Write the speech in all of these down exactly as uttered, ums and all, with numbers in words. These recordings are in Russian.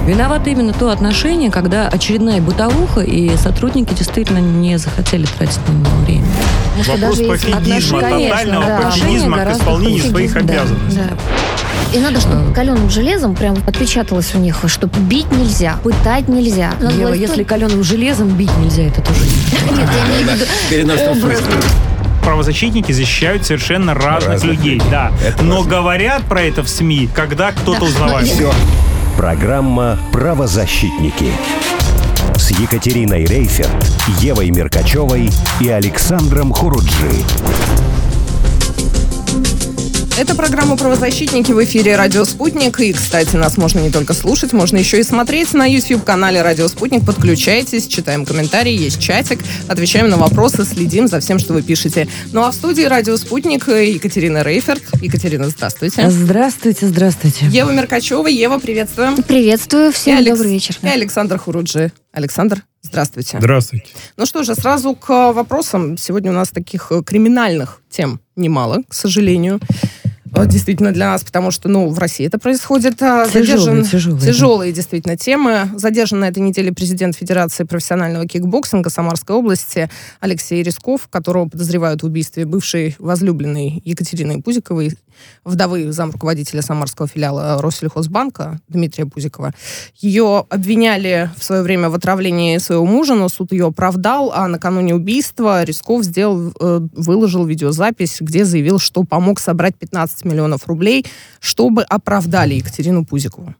Виновато именно то отношение, когда очередная бытовуха, и сотрудники действительно не захотели тратить на него время. Вопрос пофигизма, тотального да. пофигизма к исполнению пофигизм, своих да, обязанностей. Да. И надо, чтобы каленым железом прям отпечаталось у них, что бить нельзя, пытать нельзя. Ева, власть... если каленым железом бить нельзя, это тоже не Нет, я имею в виду образ. Правозащитники защищают совершенно разных, разных людей, людей, да. Это но важно. Говорят про это в СМИ, когда кто-то да, узнавает. Все. Программа «Правозащитники» с Екатериной Рейферт, Евой Меркачевой и Александром Хуруджи. Это программа «Правозащитники» в эфире «Радио Спутник». И, кстати, нас можно не только слушать, можно еще и смотреть на YouTube-канале «Радио Спутник». Подключайтесь, читаем комментарии, есть чатик, отвечаем на вопросы, следим за всем, что вы пишете. Ну а в студии «Радио Спутник» Екатерина Рейферт. Екатерина, здравствуйте. Здравствуйте, здравствуйте. Ева Меркачева. Ева, приветствую. Приветствую, всем Алекс... добрый вечер. И Александр Хуруджи. Александр, здравствуйте. Здравствуйте. Ну что же, сразу к вопросам. Сегодня у нас таких криминальных тем немало, к сожалению. Действительно для нас, потому что, ну, в России это происходит. Тяжелые, Задержан... тяжелые, тяжелые да. действительно темы. Задержан на этой неделе президент Федерации профессионального кикбоксинга Самарской области Алексей Рисков, которого подозревают в убийстве бывшей возлюбленной Екатерины Пузиковой, вдовы замруководителя самарского филиала Россельхозбанка Дмитрия Пузикова. Ее обвиняли в свое время в отравлении своего мужа, но суд ее оправдал, а накануне убийства Рисков сделал, выложил видеозапись, где заявил, что помог собрать пятнадцать миллионов рублей, чтобы оправдали Екатерину Пузикову.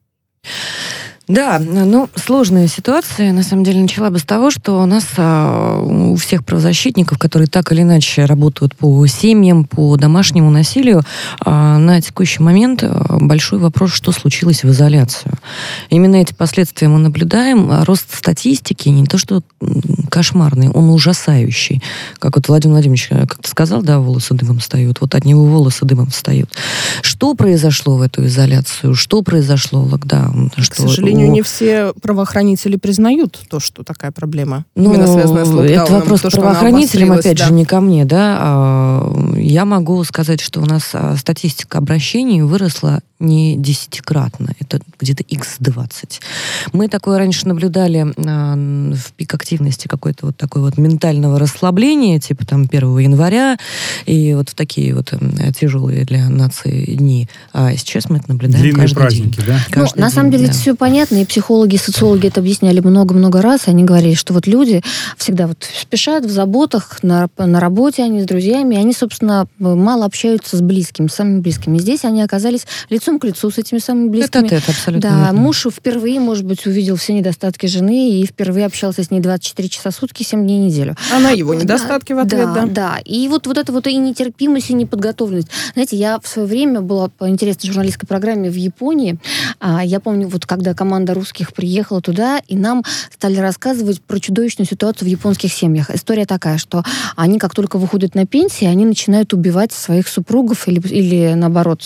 Да, ну, сложная ситуация. На самом деле, начала бы с того, что у нас а, у всех правозащитников, которые так или иначе работают по семьям, по домашнему насилию, а, на текущий момент большой вопрос, что случилось в изоляцию. Именно эти последствия мы наблюдаем. Рост статистики не то что кошмарный, он ужасающий. Как вот Владимир Владимирович как-то сказал, да, волосы дымом встают. Вот от него волосы дымом встают. Что произошло в эту изоляцию? Что произошло в локдаун? К что, сожалению, не все правоохранители признают то, что такая проблема, ну, именно связанная с локдауном. Это вопрос то, правоохранителям, опять да. же, не ко мне, да. Я могу сказать, что у нас статистика обращений выросла не десятикратно, это где-то икс двадцать. Мы такое раньше наблюдали э, в пик активности какой-то вот такой вот ментального расслабления, типа там первого января, и вот в такие вот э, тяжелые для нации дни. А сейчас мы это наблюдаем длинные каждый праздники, день. Да? Ну, на самом деле, да. это все понятно, и психологи, и социологи это объясняли много-много раз. Они говорили, что вот люди всегда вот спешат в заботах, на, на работе они с друзьями, и они, собственно, мало общаются с близкими, с самыми близкими. Здесь они оказались лицом к лицу с этими самыми близкими. Это, это абсолютно да, верно. Муж впервые, может быть, увидел все недостатки жены и впервые общался с ней двадцать четыре часа в сутки, семь дней в неделю. Она его недостатки да, в ответ, да. Да, да. И вот, вот эта вот и нетерпимость, и неподготовленность. Знаете, я в свое время была по интересной журналистской программе в Японии. Я помню, вот когда команда русских приехала туда, и нам стали рассказывать про чудовищную ситуацию в японских семьях. История такая, что они, как только выходят на пенсию, они начинают убивать своих супругов или, или наоборот,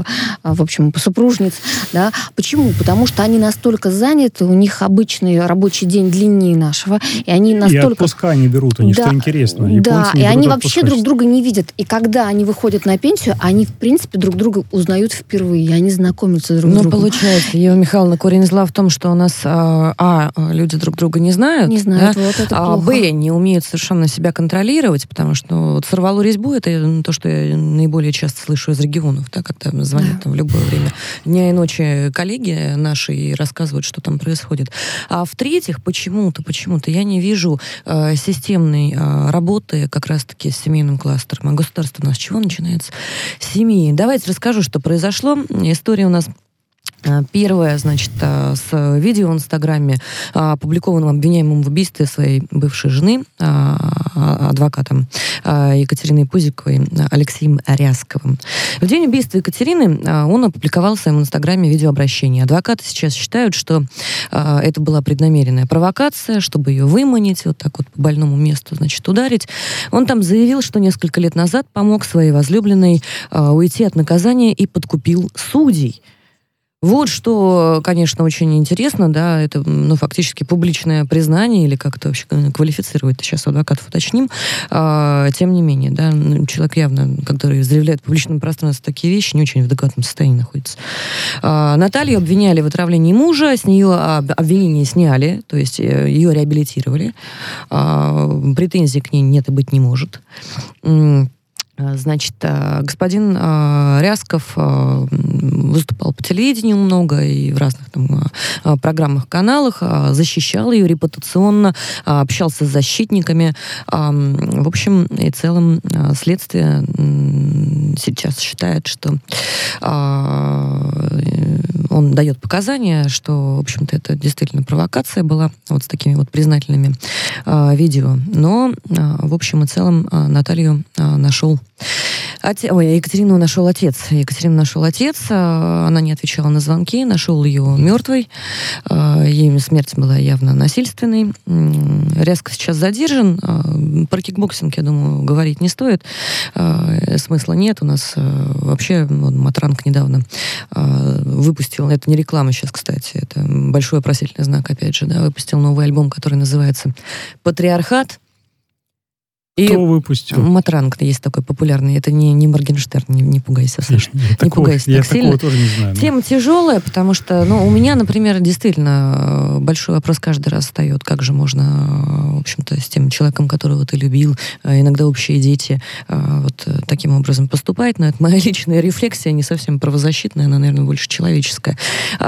в общем, супружниц. Да? Почему? Потому что они настолько заняты, у них обычный рабочий день длиннее нашего, и они настолько... И отпуска не берут, у них да, что интересно. Японцы да, не и они отпускать. Вообще друг друга не видят. И когда они выходят на пенсию, они, в принципе, друг друга узнают впервые, и они знакомятся друг с ну, другом. Ну, получается, Ева Михайловна, корень зла в том, что у нас, а, а люди друг друга не знают, не знают, да? вот это а, плохо. б, не умеют совершенно себя контролировать, потому что ну, вот сорвало резьбу, это то, что я наиболее часто слышу из регионов, да, когда звонят да. там в любое время дня и ночи коллеги наши и рассказывают, что там происходит. А в-третьих, почему-то, почему-то я не вижу э, системной э, работы как раз-таки с семейным кластером. А государство у нас с чего начинается? С семьи. Давайте расскажу, что произошло. История у нас первое, значит, с видео в Инстаграме, опубликованным обвиняемым в убийстве своей бывшей жены, адвокатом Екатериной Пузиковой, Алексеем Рясковым. В день убийства Екатерины он опубликовал в своем Инстаграме видеообращение. Адвокаты сейчас считают, что это была преднамеренная провокация, чтобы ее выманить, вот так вот по больному месту, значит, ударить. Он там заявил, что несколько лет назад помог своей возлюбленной уйти от наказания и подкупил судей. Вот что, конечно, очень интересно, да, это, ну, фактически публичное признание, или как это вообще квалифицировать, сейчас у адвокатов уточним. А, тем не менее, да, человек явно, который заявляет в публичном пространстве такие вещи, не очень в адекватном состоянии находится. А, Наталью обвиняли в отравлении мужа, с нее обвинение сняли, то есть ее реабилитировали. А, претензий к ней нет и быть не может. Значит, господин Рясков выступал по телевидению много и в разных там программах, каналах, защищал ее репутационно, общался с защитниками. В общем и целом следствие сейчас считает, что он дает показания, что, в общем-то, это действительно провокация была, вот с такими вот признательными видео. Но, в общем и целом, Наталью нашел Оте... Ой, Екатерину нашел отец. Екатерину нашел отец. Она не отвечала на звонки. Нашел ее мертвой. Ее смерть была явно насильственной. Рясков сейчас задержан. Про кикбоксинг, я думаю, говорить не стоит. Смысла нет. У нас вообще Матранг недавно выпустил, это не реклама сейчас, кстати, это большой вопросительный знак, опять же, да, выпустил новый альбом, который называется «Патриархат». И кто выпустил? Матранг есть такой популярный. Это не, не Моргенштерн, не, не пугайся, Саша. Я, я не такого, пугайся я так сильно. такого тоже не знаю. Тема тяжелая, потому что, ну, у меня, например, действительно большой вопрос каждый раз встает, как же можно, в общем-то, с тем человеком, которого ты любил, иногда общие дети, вот таким образом поступать. Но это моя личная рефлексия, не совсем правозащитная, она, наверное, больше человеческая.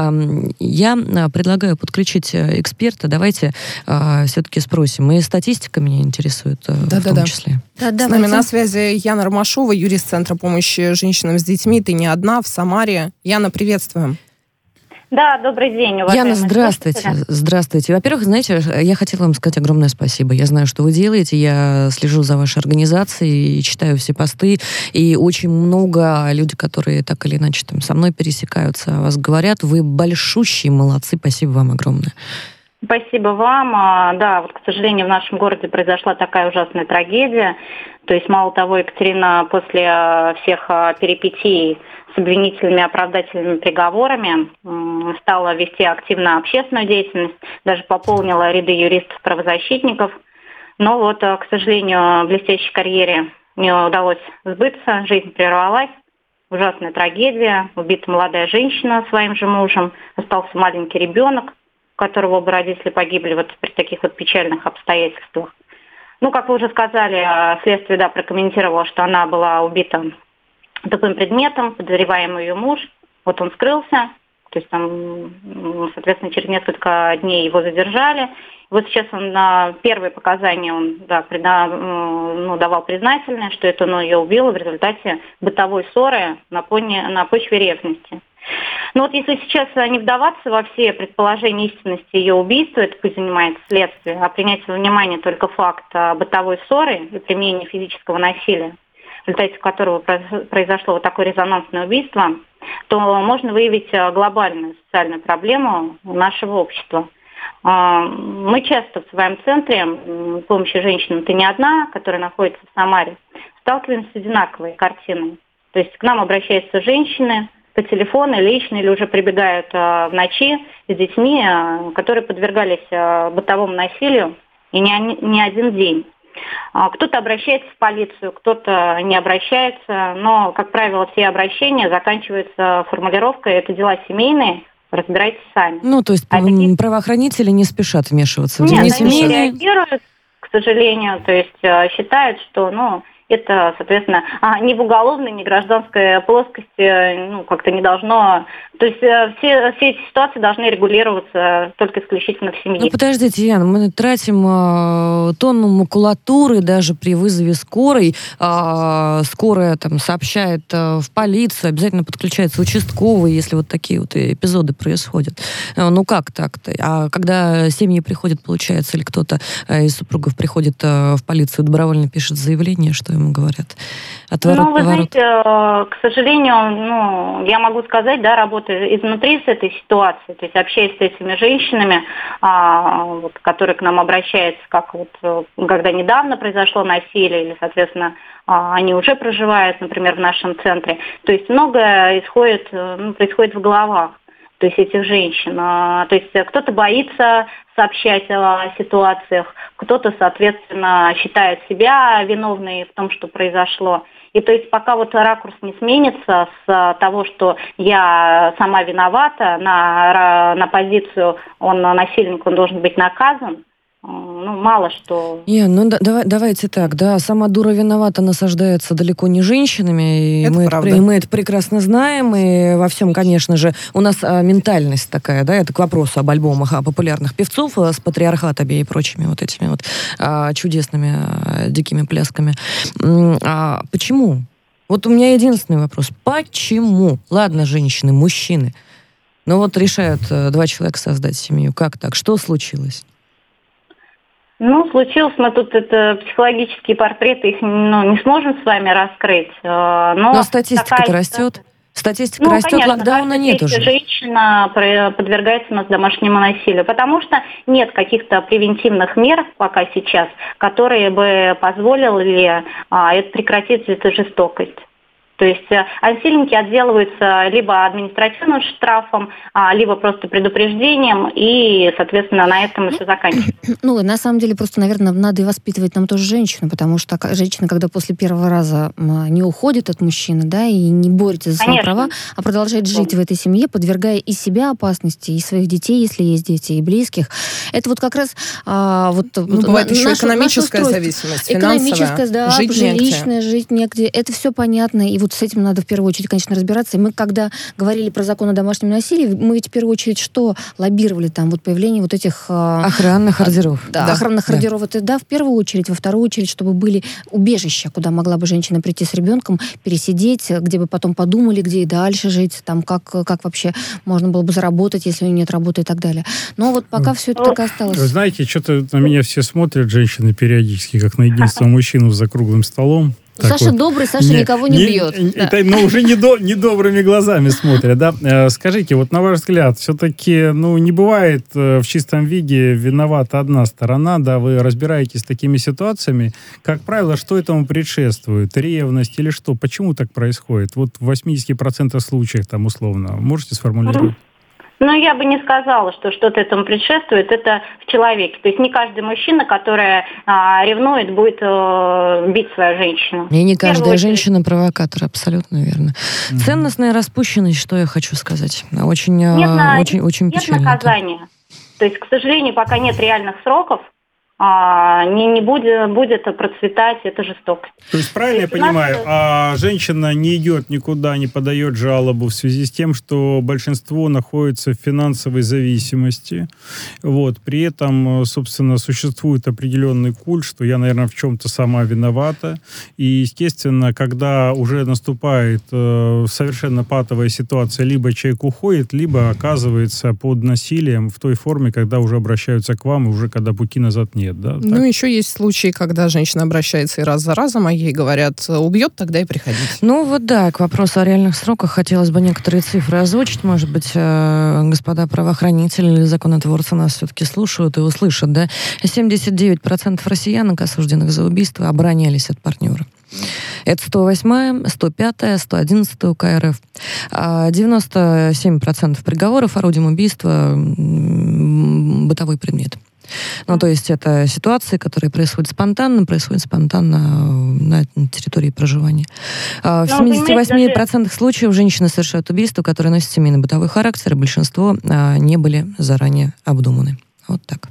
Я предлагаю подключить эксперта. Давайте все-таки спросим. И статистика меня интересует. Да, да, в том числе. Да, с нами на связи Яна Ромашова, юрист Центра помощи женщинам с детьми. Ты не одна, в Самаре. Яна, приветствуем. Да, добрый день, уважаемые Яна, здравствуйте. слушатели. Здравствуйте. Во-первых, знаете, я хотела вам сказать огромное спасибо. Я знаю, что вы делаете, я слежу за вашей организацией, читаю все посты, и очень много людей, которые так или иначе там со мной пересекаются, о вас говорят. Вы большущие молодцы, спасибо вам огромное. Спасибо вам. Да, вот, к сожалению, в нашем городе произошла такая ужасная трагедия. То есть, мало того, Екатерина после всех перипетий с обвинительными и оправдательными приговорами стала вести активно общественную деятельность, даже пополнила ряды юристов-правозащитников. Но вот, к сожалению, блестящей карьере не удалось сбыться, жизнь прервалась. Ужасная трагедия. Убита молодая женщина своим же мужем, остался маленький ребенок, у которого оба родители погибли вот при таких вот печальных обстоятельствах. Ну, как вы уже сказали, следствие, да, прокомментировало, что она была убита тупым предметом, подозреваемый ее муж. Вот он скрылся, то есть там, соответственно, через несколько дней его задержали. И вот сейчас он на первые показания он, да, прида, ну, давал признательное, что это он ее убил в результате бытовой ссоры на, поне, на почве ревности. Но вот если сейчас не вдаваться во все предположения истинности ее убийства, это пусть занимается следствие, а принять во внимание только факт бытовой ссоры и применения физического насилия, в результате которого произошло вот такое резонансное убийство, то можно выявить глобальную социальную проблему нашего общества. Мы часто в своем центре помощи женщинам «Ты не одна», который находится в Самаре, сталкиваемся с одинаковой картиной. То есть к нам обращаются женщины по телефону, лично, или уже прибегают в ночи с детьми, которые подвергались бытовому насилию и не, не один день. Кто-то обращается в полицию, кто-то не обращается, но, как правило, все обращения заканчиваются формулировкой «это дела семейные, разбирайтесь сами». Ну, то есть а такие... правоохранители не спешат вмешиваться в дела семейные? Нет, они не реагируют, к сожалению, то есть считают, что, ну, это, соответственно, ни в уголовной, ни в гражданской плоскости, ну, как-то не должно... То есть все, все эти ситуации должны регулироваться только исключительно в семье. Ну, подождите, Яна, мы тратим э, тонну макулатуры даже при вызове скорой. Э, скорая там сообщает э, в полицию, обязательно подключается участковый, если вот такие вот эпизоды происходят. Э, ну, как так-то? А когда семьи приходят, получается, или кто-то э, из супругов приходит э, в полицию, добровольно пишет заявление, что ему говорят? Отворот, ну, вы поворот. знаете, к сожалению, ну, я могу сказать, да, работая изнутри с этой ситуации, то есть общаясь с этими женщинами, а, вот, которые к нам обращаются, как вот, когда недавно произошло насилие, или, соответственно, а, они уже проживают, например, в нашем центре. То есть многое исходит, ну, происходит в головах. то есть этих женщин. То есть кто-то боится сообщать о ситуациях, кто-то, соответственно, считает себя виновной в том, что произошло. И то есть пока вот ракурс не сменится с того, что я сама виновата, на, на позицию он насильник, он должен быть наказан, ну, мало что... Не, ну да, давай, давайте так, да, сама дура виновата насаждается далеко не женщинами, и, это мы, правда. это, и мы это прекрасно знаем, и во всем, конечно же, у нас а, ментальность такая, да, это к вопросу об альбомах, о популярных певцов с патриархатами и прочими вот этими вот а, чудесными а, дикими плясками. А почему? Вот у меня единственный вопрос. Почему? Ладно, женщины, мужчины, но вот решают два человека создать семью. Как так? Что случилось? Ну, случилось, мы тут это психологические портреты, их ну, не сможем с вами раскрыть. Но, но статистика-то такая... растет. Статистика ну, растет, конечно, локдауна нет уже. Женщина подвергается у нас домашнему насилию, потому что нет каких-то превентивных мер пока сейчас, которые бы позволили а, это прекратить эту жестокость. То есть насильники отделываются либо административным штрафом, либо просто предупреждением, и, соответственно, на этом все заканчивается. Ну, на самом деле, просто, наверное, надо и воспитывать нам тоже женщину, потому что женщина, когда после первого раза не уходит от мужчины, да, и не борется за свои Конечно. права, а продолжает жить в этой семье, подвергая и себя опасности, и своих детей, если есть дети, и близких. Это вот как раз... А, вот, ну, вот, бывает на, еще наше, экономическая наше зависимость, экономическая, да, жить жилищная, негде. жить негде. Это все понятно, и вот с этим надо в первую очередь, конечно, разбираться. И мы, когда говорили про закон о домашнем насилии, мы ведь в первую очередь что лоббировали там? Вот появление вот этих... Охранных ордеров. Да, да. охранных да. ордеров. Это, да, в первую очередь. Во вторую очередь, чтобы были убежища, куда могла бы женщина прийти с ребенком, пересидеть, где бы потом подумали, где и дальше жить, там, как, как вообще можно было бы заработать, если у нее нет работы и так далее. Но вот пока все это так и осталось. Вы знаете, что-то на меня все смотрят, женщины, периодически, как на единственного мужчину за круглым столом. Так Саша вот. добрый, Саша не, никого не, не бьет. Не, да. Но уже недо, недобрыми глазами смотрят. Да? Скажите, вот на ваш взгляд, все-таки ну, не бывает в чистом виде виновата одна сторона, да, вы разбираетесь с такими ситуациями. Как правило, что этому предшествует? Ревность или что? Почему так происходит? Вот в восемьдесят процентов случаев, там, условно, можете сформулировать? Ну, я бы не сказала, что что-то этому предшествует. Это в человеке. То есть не каждый мужчина, который а, ревнует, будет а, бить свою женщину. И не каждая женщина провокатор, абсолютно верно. Mm-hmm. Ценностная распущенность, что я хочу сказать. Очень, нет, а, очень, очень нет печально. Нет наказания. То есть, к сожалению, пока нет реальных сроков, а, не, не будет, будет процветать эта жестокость. То есть, правильно я понимаю, а женщина не идет никуда, не подает жалобу в связи с тем, что большинство находится в финансовой зависимости. Вот. При этом, собственно, существует определенный культ, что я, наверное, в чем-то сама виновата. И, естественно, когда уже наступает э, совершенно патовая ситуация, либо человек уходит, либо оказывается под насилием в той форме, когда уже обращаются к вам, и уже когда пути назад нет. Да, ну, еще есть случаи, когда женщина обращается и раз за разом, а ей говорят, убьет, тогда и приходить. Ну, вот да, к вопросу о реальных сроках хотелось бы некоторые цифры озвучить. Может быть, э, господа правоохранители или законотворцы нас все-таки слушают и услышат, да? семьдесят девять процентов россиян, осужденных за убийство, оборонялись от партнера. Это сто восьмая, сто пятая, сто одиннадцатая УК РФ. девяносто семь процентов приговоров орудием убийства бытовой предмет. Ну, то есть это ситуации, которые происходят спонтанно, происходят спонтанно на территории проживания. В семьдесят восемь процентов случаев женщины совершают убийства, которые носят семейно-бытовой характер, и большинство не были заранее обдуманы. Вот так.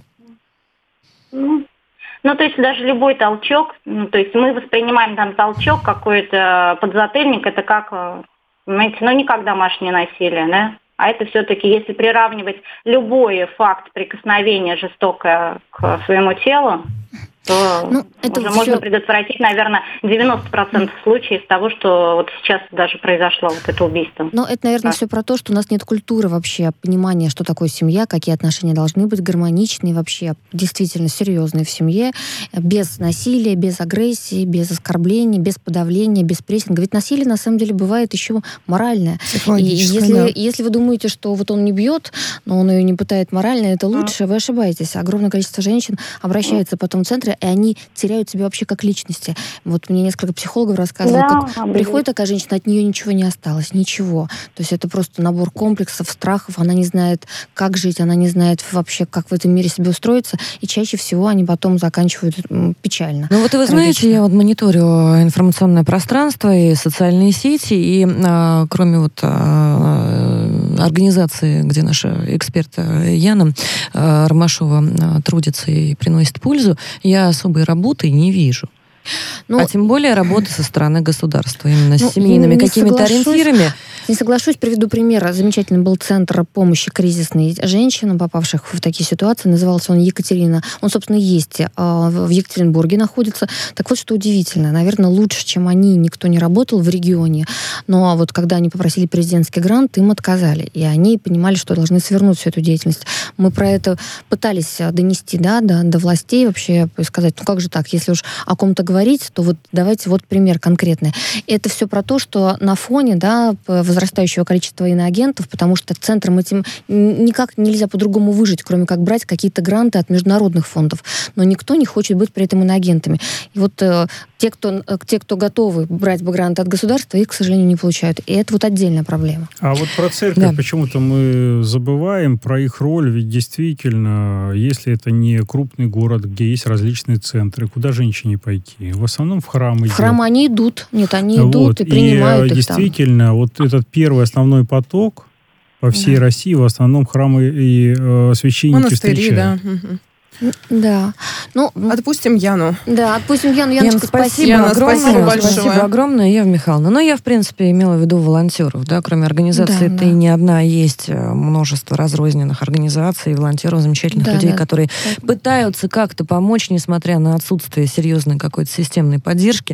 Ну, то есть даже любой толчок, ну, то есть мы воспринимаем там толчок, какой-то подзатыльник, это как, знаете, ну, не как домашнее насилие, да? А это все-таки, если приравнивать любой факт прикосновения жестокое к своему телу, то ну, это уже все... можно предотвратить, наверное, девяносто процентов случаев того, что вот сейчас даже произошло вот это убийство. Но это, наверное, да. все про то, что у нас нет культуры вообще, понимания, что такое семья, какие отношения должны быть гармоничные, вообще действительно серьезные в семье, без насилия, без агрессии, без оскорблений, без подавления, без прессинга. Ведь насилие, на самом деле, бывает еще моральное. И если, да. если вы думаете, что вот он не бьет, но он ее не пытает морально, это лучше, а. вы ошибаетесь. Огромное количество женщин обращается потом в центры, и они теряют себя вообще как личности. Вот мне несколько психологов рассказывали, Да, как приходит такая женщина, от нее ничего не осталось, ничего. То есть это просто набор комплексов, страхов, она не знает, как жить, она не знает вообще, как в этом мире себе устроиться, и чаще всего они потом заканчивают печально. Ну вот и вы трагично. знаете, я вот мониторю информационное пространство и социальные сети, и а, кроме вот а, организации, где наша эксперт Яна а, Ромашова а, трудится и приносит пользу, я особой работы не вижу. Ну, а тем более работа со стороны государства, именно ну, с семейными какими-то ориентирами. Не соглашусь, приведу пример. Замечательный был центр помощи кризисной женщинам, попавших в такие ситуации. Назывался он «Екатерина». Он, собственно, есть в Екатеринбурге находится. Так вот, что удивительно. Наверное, лучше, чем они, никто не работал в регионе. Но вот когда они попросили президентский грант, им отказали. И они понимали, что должны свернуть всю эту деятельность. Мы про это пытались донести да, до, до властей, вообще сказать, ну как же так, если уж о ком-то говорить, то вот давайте вот пример конкретный. Это все про то, что на фоне да, возрастающего количества иноагентов, потому что центрам этим никак нельзя по-другому выжить, кроме как брать какие-то гранты от международных фондов. Но никто не хочет быть при этом иноагентами. И вот э, те, кто, э, те, кто готовы брать гранты от государства, их, к сожалению, не получают. И это вот отдельная проблема. А вот про церковь да. почему-то мы забываем, про их роль, ведь действительно, если это не крупный город, где есть различные центры, куда женщине пойти? В основном в храм идут. В храм они идут. Нет, они идут вот. и принимают и, их действительно, там. вот этот первый основной поток по всей да. России, в основном храмы и э, священники монастыри, встречают. Да. Угу. Да. Ну, отпустим Яну. Да, отпустим Яну. Яночка, Яна, спасибо, спасибо. Яна, огромное. Спасибо большое. Спасибо огромное, Ева Михайловна. Но я, в принципе, имела в виду волонтеров. Да, кроме организации, да, это да. и не одна, есть множество разрозненных организаций, волонтеров, замечательных да, людей, да. которые да. пытаются как-то помочь, несмотря на отсутствие серьезной какой-то системной поддержки.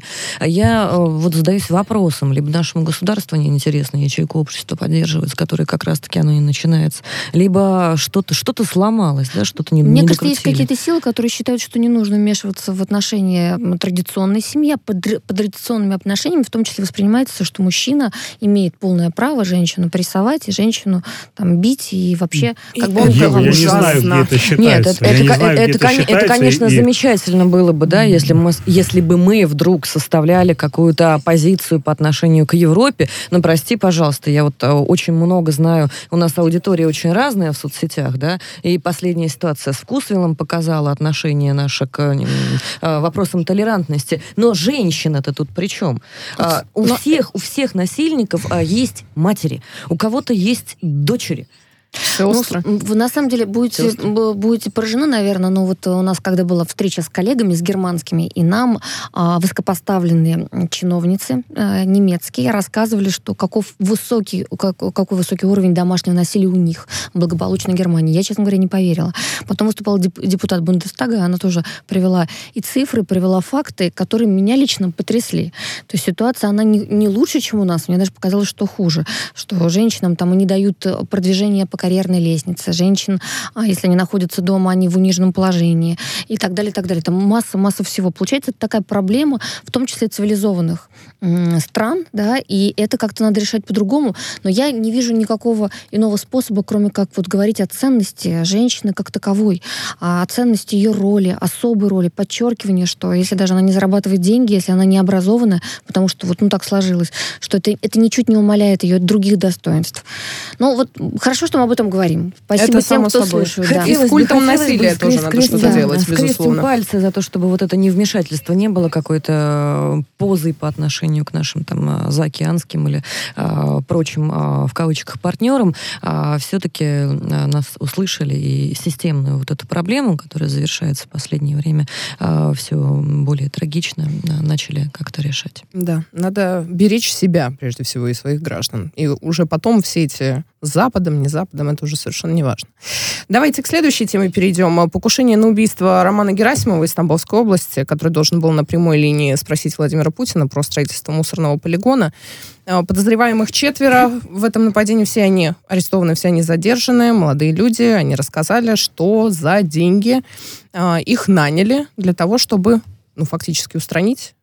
Я вот задаюсь вопросом, либо нашему государству неинтересно ячейку общества поддерживать, с которой как раз-таки оно и начинается, либо что-то, что-то сломалось, да, что-то не, Мне не кажется, докрутили. есть какие-то силы, которые считают, что не нужно вмешиваться в отношения традиционной семьи. Под, под традиционными отношениями в том числе воспринимается, что мужчина имеет полное право женщину прессовать и женщину там бить и вообще как бы он Ева, я не знаю, где это считается. Нет, это, я это, не знаю, это, где это, это считается, это, конечно, и... замечательно было бы, да, если, мы, если бы мы вдруг составляли какую-то оппозицию по отношению к Европе. Но прости, пожалуйста, я вот очень много знаю, у нас аудитория очень разная в соцсетях, да, и последняя ситуация с Вкусвиллом показала отношение наше к э, вопросам толерантности. Но женщина-то тут при чем? А, у, Но... всех, у всех насильников а, есть матери, у кого-то есть дочери. Сестры. Ну, вы на самом деле будете, будете поражены, наверное, но вот у нас, когда была встреча с коллегами, с германскими, и нам а, высокопоставленные чиновницы а, немецкие рассказывали, что каков высокий, как, какой высокий уровень домашнего насилия у них в благополучной Германии. Я, честно говоря, не поверила. Потом выступал депутат Бундестага, она тоже привела и цифры, привела факты, которые меня лично потрясли. То есть ситуация, она не, не лучше, чем у нас. Мне даже показалось, что хуже. Что женщинам там не дают продвижения по карьерной лестнице, женщин, если они находятся дома, они в униженном положении и так далее, и так далее. Там масса, масса всего. Получается, это такая проблема, в том числе цивилизованных м- стран, да, и это как-то надо решать по-другому, но я не вижу никакого иного способа, кроме как вот говорить о ценности женщины как таковой, о ценности ее роли, особой роли, подчеркивание, что если даже она не зарабатывает деньги, если она не образована, потому что вот ну так сложилось, что это, это ничуть не умаляет ее других достоинств. Ну вот хорошо, что мы об этом говорим. Спасибо это тем, кто собой. слушает. Да. И с культом насилия тоже надо что-то да, делать, безусловно. пальцы за то, чтобы вот это невмешательство не было какой-то позой по отношению к нашим там заокеанским или а, прочим, а, в кавычках, партнерам. А, все-таки а, нас услышали и системную вот эту проблему, которая завершается в последнее время, а, все более трагично а, начали как-то решать. Да, надо беречь себя, прежде всего, и своих граждан. И уже потом все эти Западом, не Западом, это уже совершенно не важно. Давайте к следующей теме перейдем. Покушение на убийство Романа Герасимова из Тамбовской области, который должен был на прямой линии спросить Владимира Путина про строительство мусорного полигона. Подозреваемых четверо в этом нападении, все они арестованы, все они задержаны, молодые люди, они рассказали, что за деньги их наняли для того, чтобы, ну, фактически устранить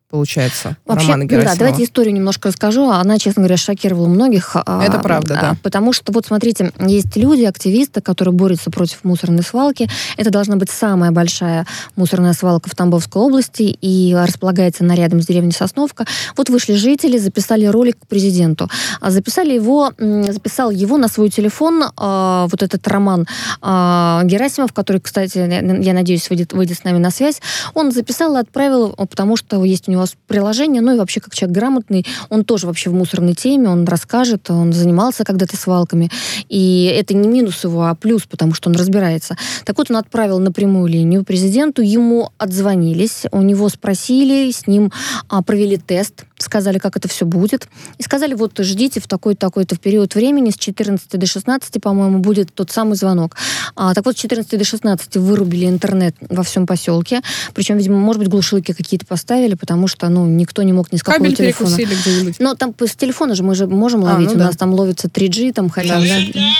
получается, Вообще, Романа Герасимова. Да, давайте историю немножко расскажу. Она, честно говоря, шокировала многих. Это правда, да. Потому что, вот смотрите, есть люди, активисты, которые борются против мусорной свалки. Это должна быть самая большая мусорная свалка в Тамбовской области, и располагается она рядом с деревней Сосновка. Вот вышли жители, записали ролик к президенту. Записали его, записал его на свой телефон, вот этот Роман Герасимов, который, кстати, я надеюсь, выйдет, выйдет с нами на связь. Он записал и отправил, потому что есть у него приложение, ну и вообще как человек грамотный, он тоже вообще в мусорной теме, он расскажет, он занимался когда-то свалками, и это не минус его, а плюс, потому что он разбирается. Так вот, он отправил напрямую линию президенту, ему отзвонились, у него спросили, с ним а, провели тест, сказали, как это все будет, и сказали, вот ждите в такой-то, такой-то в период времени, с четырнадцати до шестнадцати, по-моему, будет тот самый звонок. А, так вот, с четырнадцати до шестнадцати вырубили интернет во всем поселке, причем, видимо, может быть, глушилки какие-то поставили, потому что, ну, никто не мог ни с какого Кабель телефона. перекусили где-нибудь. Но там с телефона же мы же можем ловить, а, ну у да. нас там ловится три джи, там хотя бы...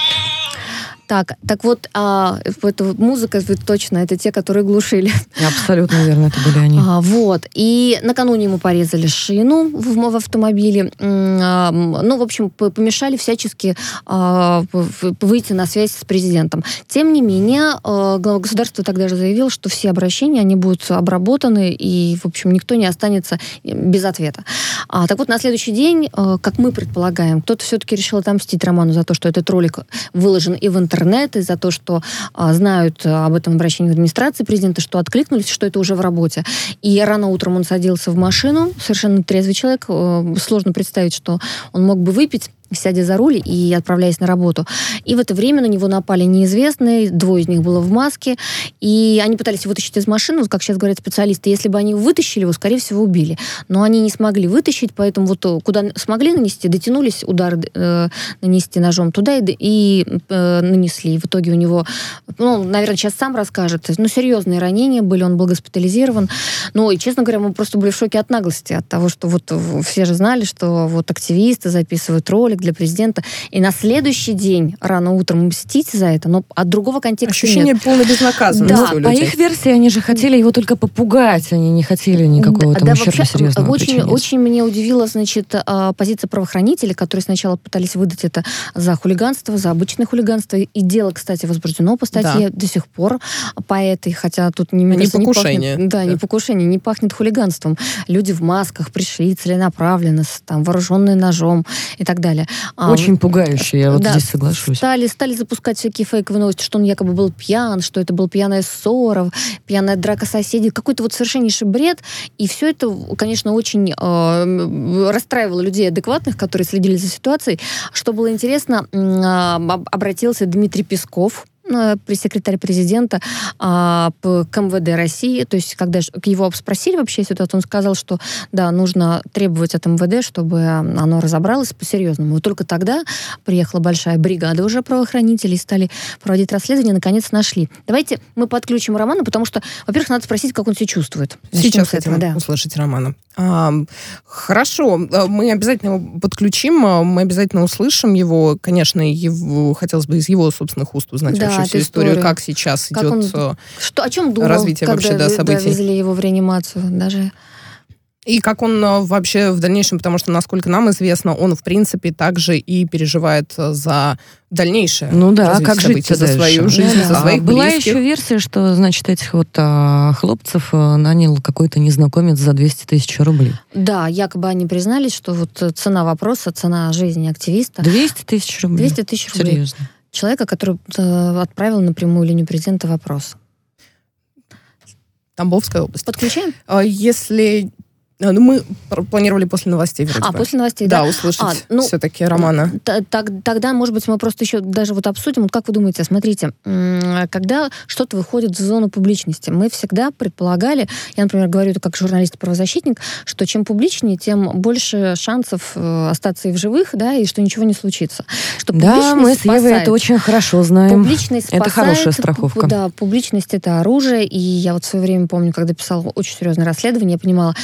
Так, так вот, а, это музыка, это точно, это те, которые глушили. Абсолютно верно, это были они. А, вот. И накануне ему порезали шину в, в автомобиле. А, ну, в общем, помешали всячески а, выйти на связь с президентом. Тем не менее, а, глава государства тогда же заявил, что все обращения, они будут обработаны, и, в общем, никто не останется без ответа. А, так вот, на следующий день, а, как мы предполагаем, кто-то все-таки решил отомстить Роману за то, что этот ролик выложен и в интернет, и за то, что а, знают об этом обращении в администрации президента, что откликнулись, что это уже в работе. И рано утром он садился в машину, совершенно трезвый человек, э, сложно представить, что он мог бы выпить, сядя за руль и отправляясь на работу. И в это время на него напали неизвестные, двое из них было в маске, и они пытались его вытащить из машины, вот как сейчас говорят специалисты, если бы они вытащили его, скорее всего, убили. Но они не смогли вытащить, поэтому вот куда смогли нанести, дотянулись, удар э, нанести ножом туда и, и э, нанесли. И в итоге у него, ну, наверное, сейчас сам расскажет, ну, серьезные ранения были, он был госпитализирован. Ну, и, честно говоря, мы просто были в шоке от наглости, от того, что вот все же знали, что вот активисты записывают ролик для президента, и на следующий день рано утром мстить за это, но от другого контекста Ощущение нет. полной безнаказанности Да, у людей. По их версии, они же хотели его только попугать, они не хотели никакого да, там да, ущерба вообще, серьезного очень, причинить. очень меня удивила, значит, позиция правоохранителей, которые сначала пытались выдать это за хулиганство, за обычное хулиганство, и дело, кстати, возбуждено по статье Да. до сих пор по этой, хотя тут не, Не кажется, покушение. пахнет, да, Да. не покушение, не пахнет хулиганством. Люди в масках пришли целенаправленно, с, там, вооруженные ножом и так далее. А, Очень пугающе, я вот да, здесь соглашусь. Стали, стали запускать всякие фейковые новости, что он якобы был пьян, что это была пьяная ссора, пьяная драка соседей. Какой-то вот совершеннейший бред. И все это, конечно, очень э, расстраивало людей адекватных, которые следили за ситуацией. Что было интересно, э, обратился Дмитрий Песков, пресс-секретарь президента, а, к МВД России. То есть, когда его спросили вообще ситуацию, он сказал, что да, нужно требовать от МВД, чтобы оно разобралось по-серьезному. И только тогда приехала большая бригада уже правоохранителей, стали проводить расследование, наконец нашли. Давайте мы подключим Романа, потому что, во-первых, надо спросить, как он себя чувствует. Начнем Сейчас с этого, хотим да. услышать Романа. А, хорошо, мы обязательно его подключим, мы обязательно услышим его. Конечно, его, хотелось бы из его собственных уст узнать Да, вообще всю эту историю, историю. как сейчас Как идет он- э, Что, о чем думал, развитие когда вообще, да, вы- событий. везли его в реанимацию? Даже и как он э, вообще в дальнейшем, потому что, насколько нам известно, он, в принципе, также и переживает э, за дальнейшее Ну да, развитие как событий, жить за свою дальше? жизнь, Ну за да. своих А, Была близких. еще версия, что, значит, этих вот а, хлопцев а, нанял какой-то незнакомец за двести тысяч рублей. Да, якобы они признались, что вот цена вопроса, цена жизни активиста двести тысяч рублей? двести тысяч рублей. Серьезно. Человека, который э, отправил на прямую линию президента вопрос. Тамбовская область. Подключаем? А Если... а, Ну, мы пр- планировали после новостей вроде А, бы. после новостей, Да, да? услышать А, ну, все-таки Романа. Т- так- Тогда, может быть, мы просто еще даже вот обсудим. Вот как вы думаете, смотрите, м, когда что-то выходит в зону публичности, мы всегда предполагали, я, например, говорю это как журналист-правозащитник, что чем публичнее, тем больше шансов э, остаться и в живых, да, и что ничего не случится. Что Да, мы с Евой спасает. это очень хорошо знаем. Публичность спасает. Это хорошая страховка. Да, публичность — это оружие. И я вот в свое время помню, когда писала очень серьезное расследование, я понимала, вот сейчас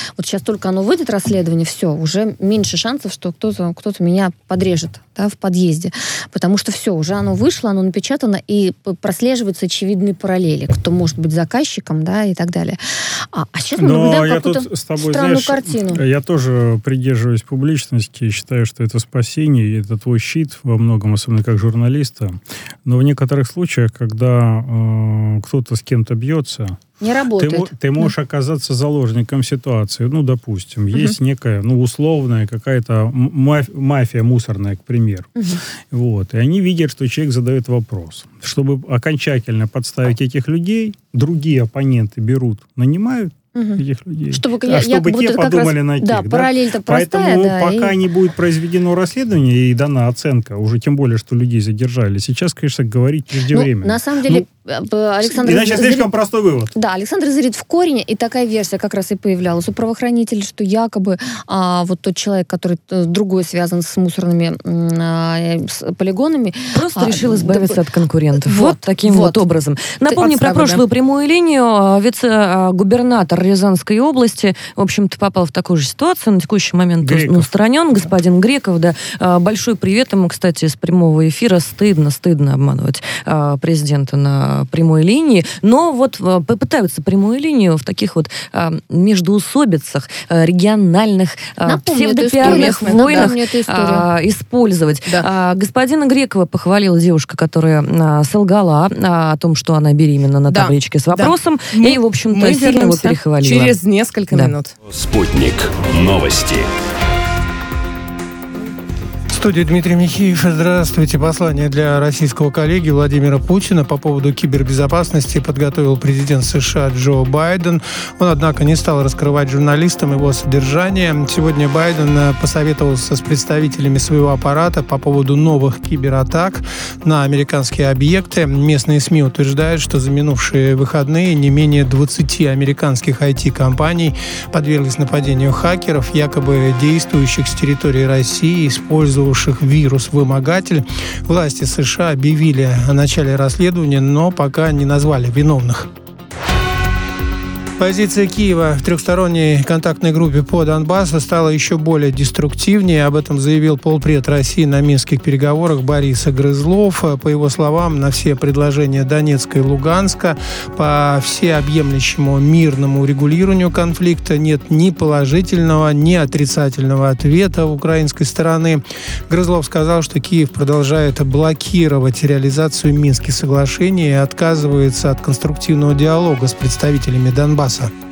только оно выйдет, расследование, все, уже меньше шансов, что кто-то, кто-то меня подрежет, да, в подъезде. Потому что все, уже оно вышло, оно напечатано, и прослеживаются очевидные параллели, кто может быть заказчиком, да, и так далее. А, а сейчас мы Но наблюдаем я какую-то тут с тобой, странную знаешь, картину. Я тоже придерживаюсь публичности и считаю, что это спасение, и это твой щит во многом, особенно как журналиста. Но в некоторых случаях, когда э, кто-то с кем-то бьется, Не работает. Ты, ты можешь да. оказаться заложником ситуации. Ну, допустим, угу. есть некая, ну, условная какая-то маф- мафия мусорная, к примеру. Угу. Вот. И они видят, что человек задает вопрос. Чтобы окончательно подставить этих людей, другие оппоненты берут, нанимают угу. этих людей. Чтобы, а я, чтобы те подумали раз, на тех. Да, да? параллель-то простая. Поэтому да, пока и... не будет произведено расследование и дана оценка, уже тем более, что людей задержали, сейчас, конечно, говорить преждевременно. Ну, на самом деле, ну, Александр... Иначе зрит... слишком простой вывод. Да, Александр зрит в корень, и такая версия как раз и появлялась у правоохранителей, что якобы а, вот тот человек, который другой связан с мусорными а, с полигонами... Просто а, решил избавиться да, от конкурентов. Вот, вот таким вот, вот образом. Напомню про прошлую да. прямую линию. Вице-губернатор Рязанской области, в общем-то, попал в такую же ситуацию. На текущий момент он устранен. Господин Греков, да. Большой привет ему, кстати, с прямого эфира. Стыдно, стыдно обманывать президента на прямой линии, но вот попытаются прямую линию в таких вот а, междоусобицах, а, региональных, а, псевдопиарных войнах а, использовать. Да. А, господина Грекова похвалила девушка, которая а, солгала а, о том, что она беременна на да. табличке с вопросом, да. и, в общем-то, сильно его перехвалила. Через несколько да. минут. Спутник. Новости. В студии Дмитрий Михеев. Здравствуйте. Послание для российского коллеги Владимира Путина по поводу кибербезопасности подготовил президент США Джо Байден. Он, однако, не стал раскрывать журналистам его содержание. Сегодня Байден посоветовался с представителями своего аппарата по поводу новых кибератак на американские объекты. Местные СМИ утверждают, что за минувшие выходные не менее двадцати американских ай ти-компаний подверглись нападению хакеров, якобы действующих с территории России, использовавших вирус-вымогатель. Власти США объявили о начале расследования, но пока не назвали виновных. Позиция Киева в трехсторонней контактной группе по Донбассу стала еще более деструктивнее. Об этом заявил полпред России на минских переговорах Борис Грызлов. По его словам, на все предложения Донецка и Луганска по всеобъемлющему мирному урегулированию конфликта нет ни положительного, ни отрицательного ответа украинской стороны. Грызлов сказал, что Киев продолжает блокировать реализацию Минских соглашений и отказывается от конструктивного диалога с представителями Донбасса.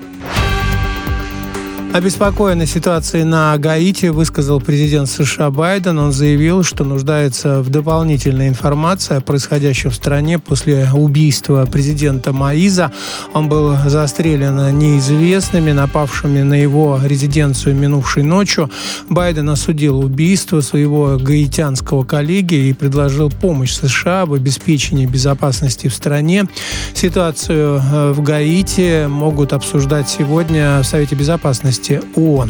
Обеспокоенный ситуацией на Гаити высказал президент США Байден. Он заявил, что нуждается в дополнительной информации о происходящем в стране после убийства президента Моиза. Он был застрелен неизвестными, напавшими на его резиденцию минувшей ночью. Байден осудил убийство своего гаитянского коллеги и предложил помощь США в обеспечении безопасности в стране. Ситуацию в Гаити могут обсуждать сегодня в Совете Безопасности ООН.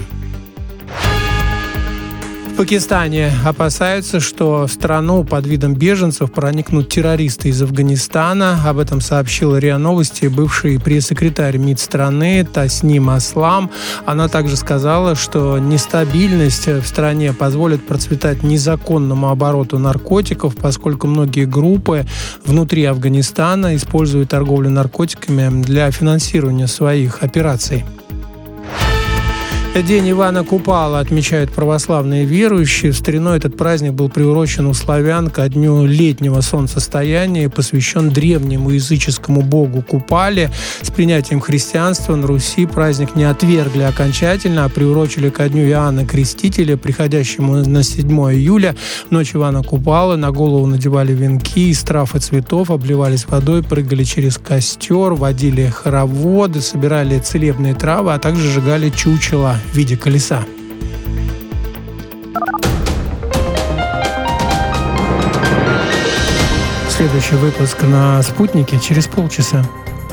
В Пакистане опасаются, что в страну под видом беженцев проникнут террористы из Афганистана. Об этом сообщил РИА Новости бывший пресс-секретарь МИД страны Тасним Аслам. Она также сказала, что нестабильность в стране позволит процветать незаконному обороту наркотиков, поскольку многие группы внутри Афганистана используют торговлю наркотиками для финансирования своих операций. День Ивана Купала отмечают православные верующие. В старину этот праздник был приурочен у славян ко дню летнего солнцестояния и посвящен древнему языческому богу Купале. С принятием христианства на Руси праздник не отвергли окончательно, а приурочили ко дню Иоанна Крестителя, приходящему на седьмое июля. В ночь Ивана Купала на голову надевали венки из трав и цветов, обливались водой, прыгали через костер, водили хороводы, собирали целебные травы, а также сжигали чучела в виде колеса. Следующий выпуск на «Спутнике» через полчаса.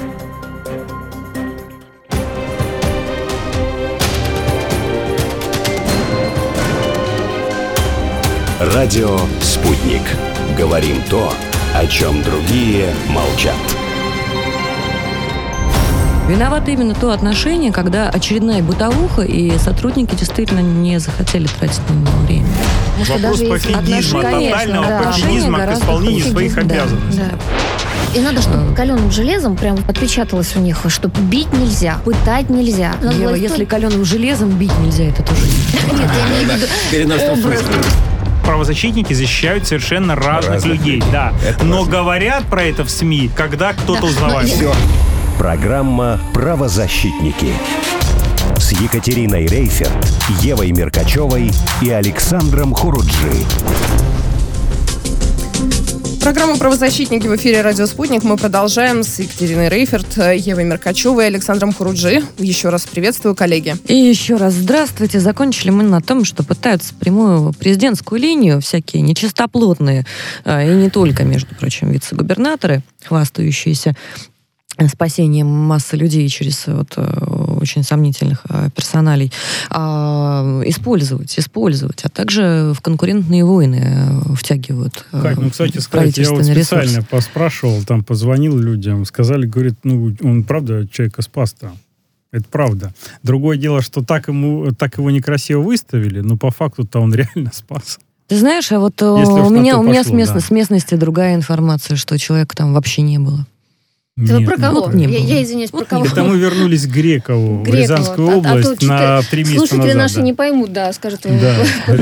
Радио «Спутник». Говорим то, о чем другие молчат. Виновато именно то отношение, когда очередная бытовуха, и сотрудники действительно не захотели тратить на него время. Вопрос пофигизма, тотального да. пофигизма к исполнению своих да. обязанностей. Да. И надо, чтобы каленым железом прям отпечаталось у них, что бить нельзя, пытать нельзя. Ева, если каленым железом бить нельзя, это тоже нет. Нет, я имею в виду правозащитники защищают совершенно разных, разных людей, людей, да. Это Но важно. Говорят про это в СМИ, когда кто-то да. узнавает. Все. Программа «Правозащитники» с Екатериной Рейферт, Евой Меркачевой и Александром Хуруджи. Программа «Правозащитники» в эфире «Радио Спутник». Мы продолжаем с Екатериной Рейферт, Евой Меркачевой и Александром Хуруджи. Еще раз приветствую, коллеги. И еще раз здравствуйте. Закончили мы на том, что пытаются прямую президентскую линию всякие нечистоплотные, и не только, между прочим, вице-губернаторы, хвастающиеся спасением массы людей через вот, очень сомнительных персоналей, а, использовать, использовать, а также в конкурентные войны втягивают. Кать, ну, кстати сказать, я вот специально ресурсы. поспрашивал, там позвонил людям, сказали, говорит, ну, он правда человека спас там. Это правда. Другое дело, что так, ему, так его некрасиво выставили, но по факту-то он реально спас. Ты знаешь, а вот у меня, у меня пошло, с, местно, да. с местности другая информация, что человека там вообще не было. Это Нет, про кого? Вот я, я извиняюсь, про кого? Это мы вернулись к Грекову, Грекову. в Рязанскую а, область, а на три месяца назад. Слушатели наши да. не поймут, да, скажут. Да,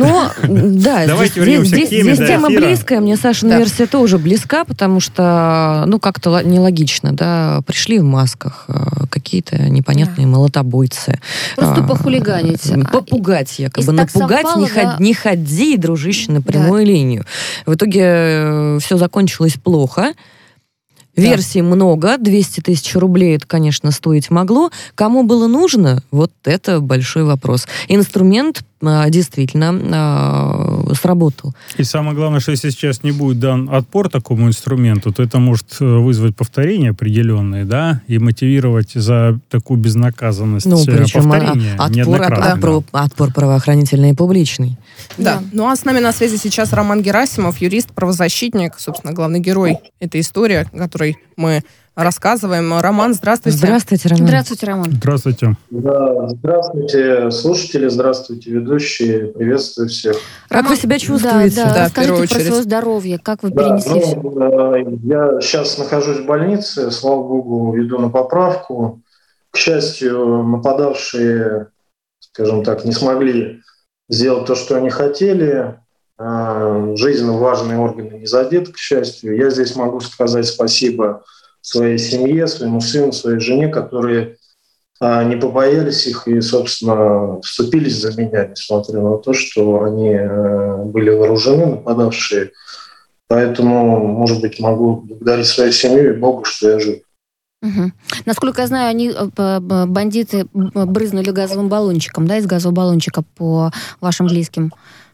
да давайте здесь, здесь, к теме здесь тема близкая, мне Сашина да. версия тоже близка, потому что, ну, как-то нелогично, да, пришли в масках какие-то непонятные да. молотобойцы. Просто а, похулиганить. Попугать якобы, напугать, совпало, не, да. ход, не ходи, дружище, на прямую да. линию. В итоге все закончилось плохо. Версий да. много, двести тысяч рублей это, конечно, стоить могло. Кому было нужно, вот это большой вопрос. Инструмент а, действительно а, сработал. И самое главное, что если сейчас не будет дан отпор такому инструменту, то это может вызвать повторения определенные, да, и мотивировать за такую безнаказанность ну, причем повторения отпор, неоднократно. Отпор, отпор правоохранительный и публичный. Да. да. Ну а с нами на связи сейчас Роман Герасимов, юрист, правозащитник, собственно, главный герой этой истории, которой мы рассказываем. Роман, здравствуйте. Здравствуйте, Роман. Здравствуйте, Роман. Здравствуйте. Да, здравствуйте, слушатели, здравствуйте, ведущие, приветствую всех. Как Роман, вы себя чувствуете? Да, да, да, расскажите про свое здоровье, как вы да, перенесли все? Ну, я сейчас нахожусь в больнице, слава богу, иду на поправку. К счастью, нападавшие, скажем так, не смогли сделать то, что они хотели. Жизненно важные органы не задеты, к счастью. Я здесь могу сказать спасибо своей семье, своему сыну, своей жене, которые а, не побоялись их и, собственно, вступились за меня, несмотря на то, что они а, были вооружены, нападавшие. Поэтому, может быть, могу благодарить свою семью и Богу, что я жив. Угу. Насколько я знаю, они, бандиты, брызнули газовым баллончиком, да, из газового баллончика по вашим близким?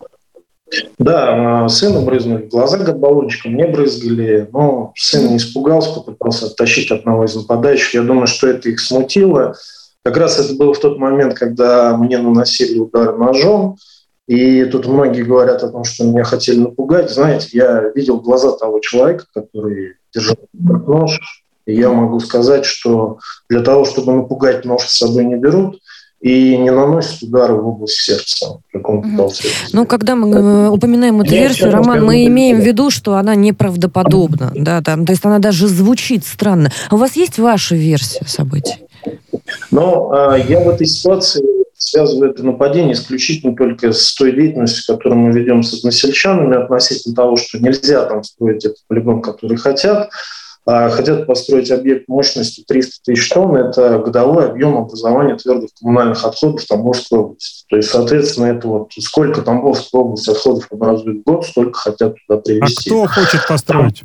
Да, сыну брызнули в глаза баллончиком, мне брызгали, но сын не испугался, попытался оттащить одного из нападающих. Я думаю, что это их смутило. Как раз это было в тот момент, когда мне наносили удар ножом, и тут многие говорят о том, что меня хотели напугать. Знаете, я видел глаза того человека, который держал нож, и я могу сказать, что для того, чтобы напугать, нож с собой не берут, и не наносит удары в область сердца. Угу. Ну, когда мы упоминаем эту версию, Роман, мы имеем в виду, что она неправдоподобна. Да, там, то есть она даже звучит странно. А у вас есть ваша версия событий? Ну, я в этой ситуации связываю это нападение исключительно только с той деятельностью, которую мы ведем с односельчанами относительно того, что нельзя там строить этот полигон, который хотят. Хотят построить объект мощностью триста тысяч тонн. Это годовой объем образования твердых коммунальных отходов Тамбовской области. То есть, соответственно, это вот сколько Тамбовская область отходов образует в год, столько хотят туда привезти. А кто хочет построить?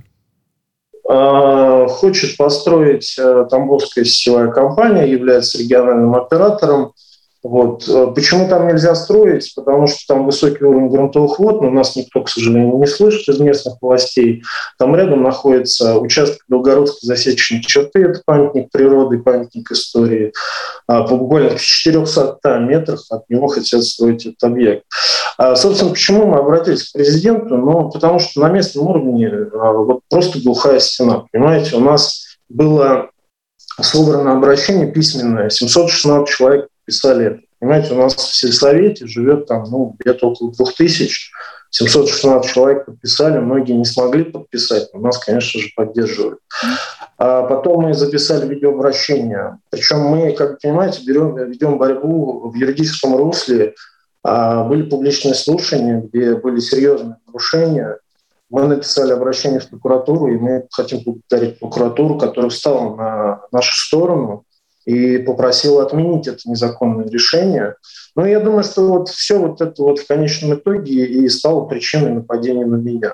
Хочет построить Тамбовская сетевая компания, является региональным оператором. Вот. Почему там нельзя строить? Потому что там высокий уровень грунтовых вод, но у нас никто, к сожалению, не слышит из местных властей. Там рядом находится участок Белгородской засечной черты, это памятник природы, памятник истории. А буквально в четырехстах метрах от него хотят строить этот объект. А, собственно, почему мы обратились к президенту? Ну, потому что на местном уровне а, вот просто глухая стена. Понимаете, у нас было собрано обращение письменное, семьсот шестнадцать человек подписали это. Понимаете, у нас в сельсовете живет там, ну, где-то около двух тысяч, семьсот шестнадцать человек подписали, многие не смогли подписать, но нас, конечно же, поддерживают. А потом мы записали видеообращение. Причем мы, как вы понимаете, берем, ведем борьбу в юридическом русле. А были публичные слушания, где были серьезные нарушения. Мы написали обращение в прокуратуру, и мы хотим поблагодарить прокуратуру, которая встала на нашу сторону и попросила отменить это незаконное решение. Но я думаю, что вот все вот это вот в конечном итоге и стало причиной нападения на меня.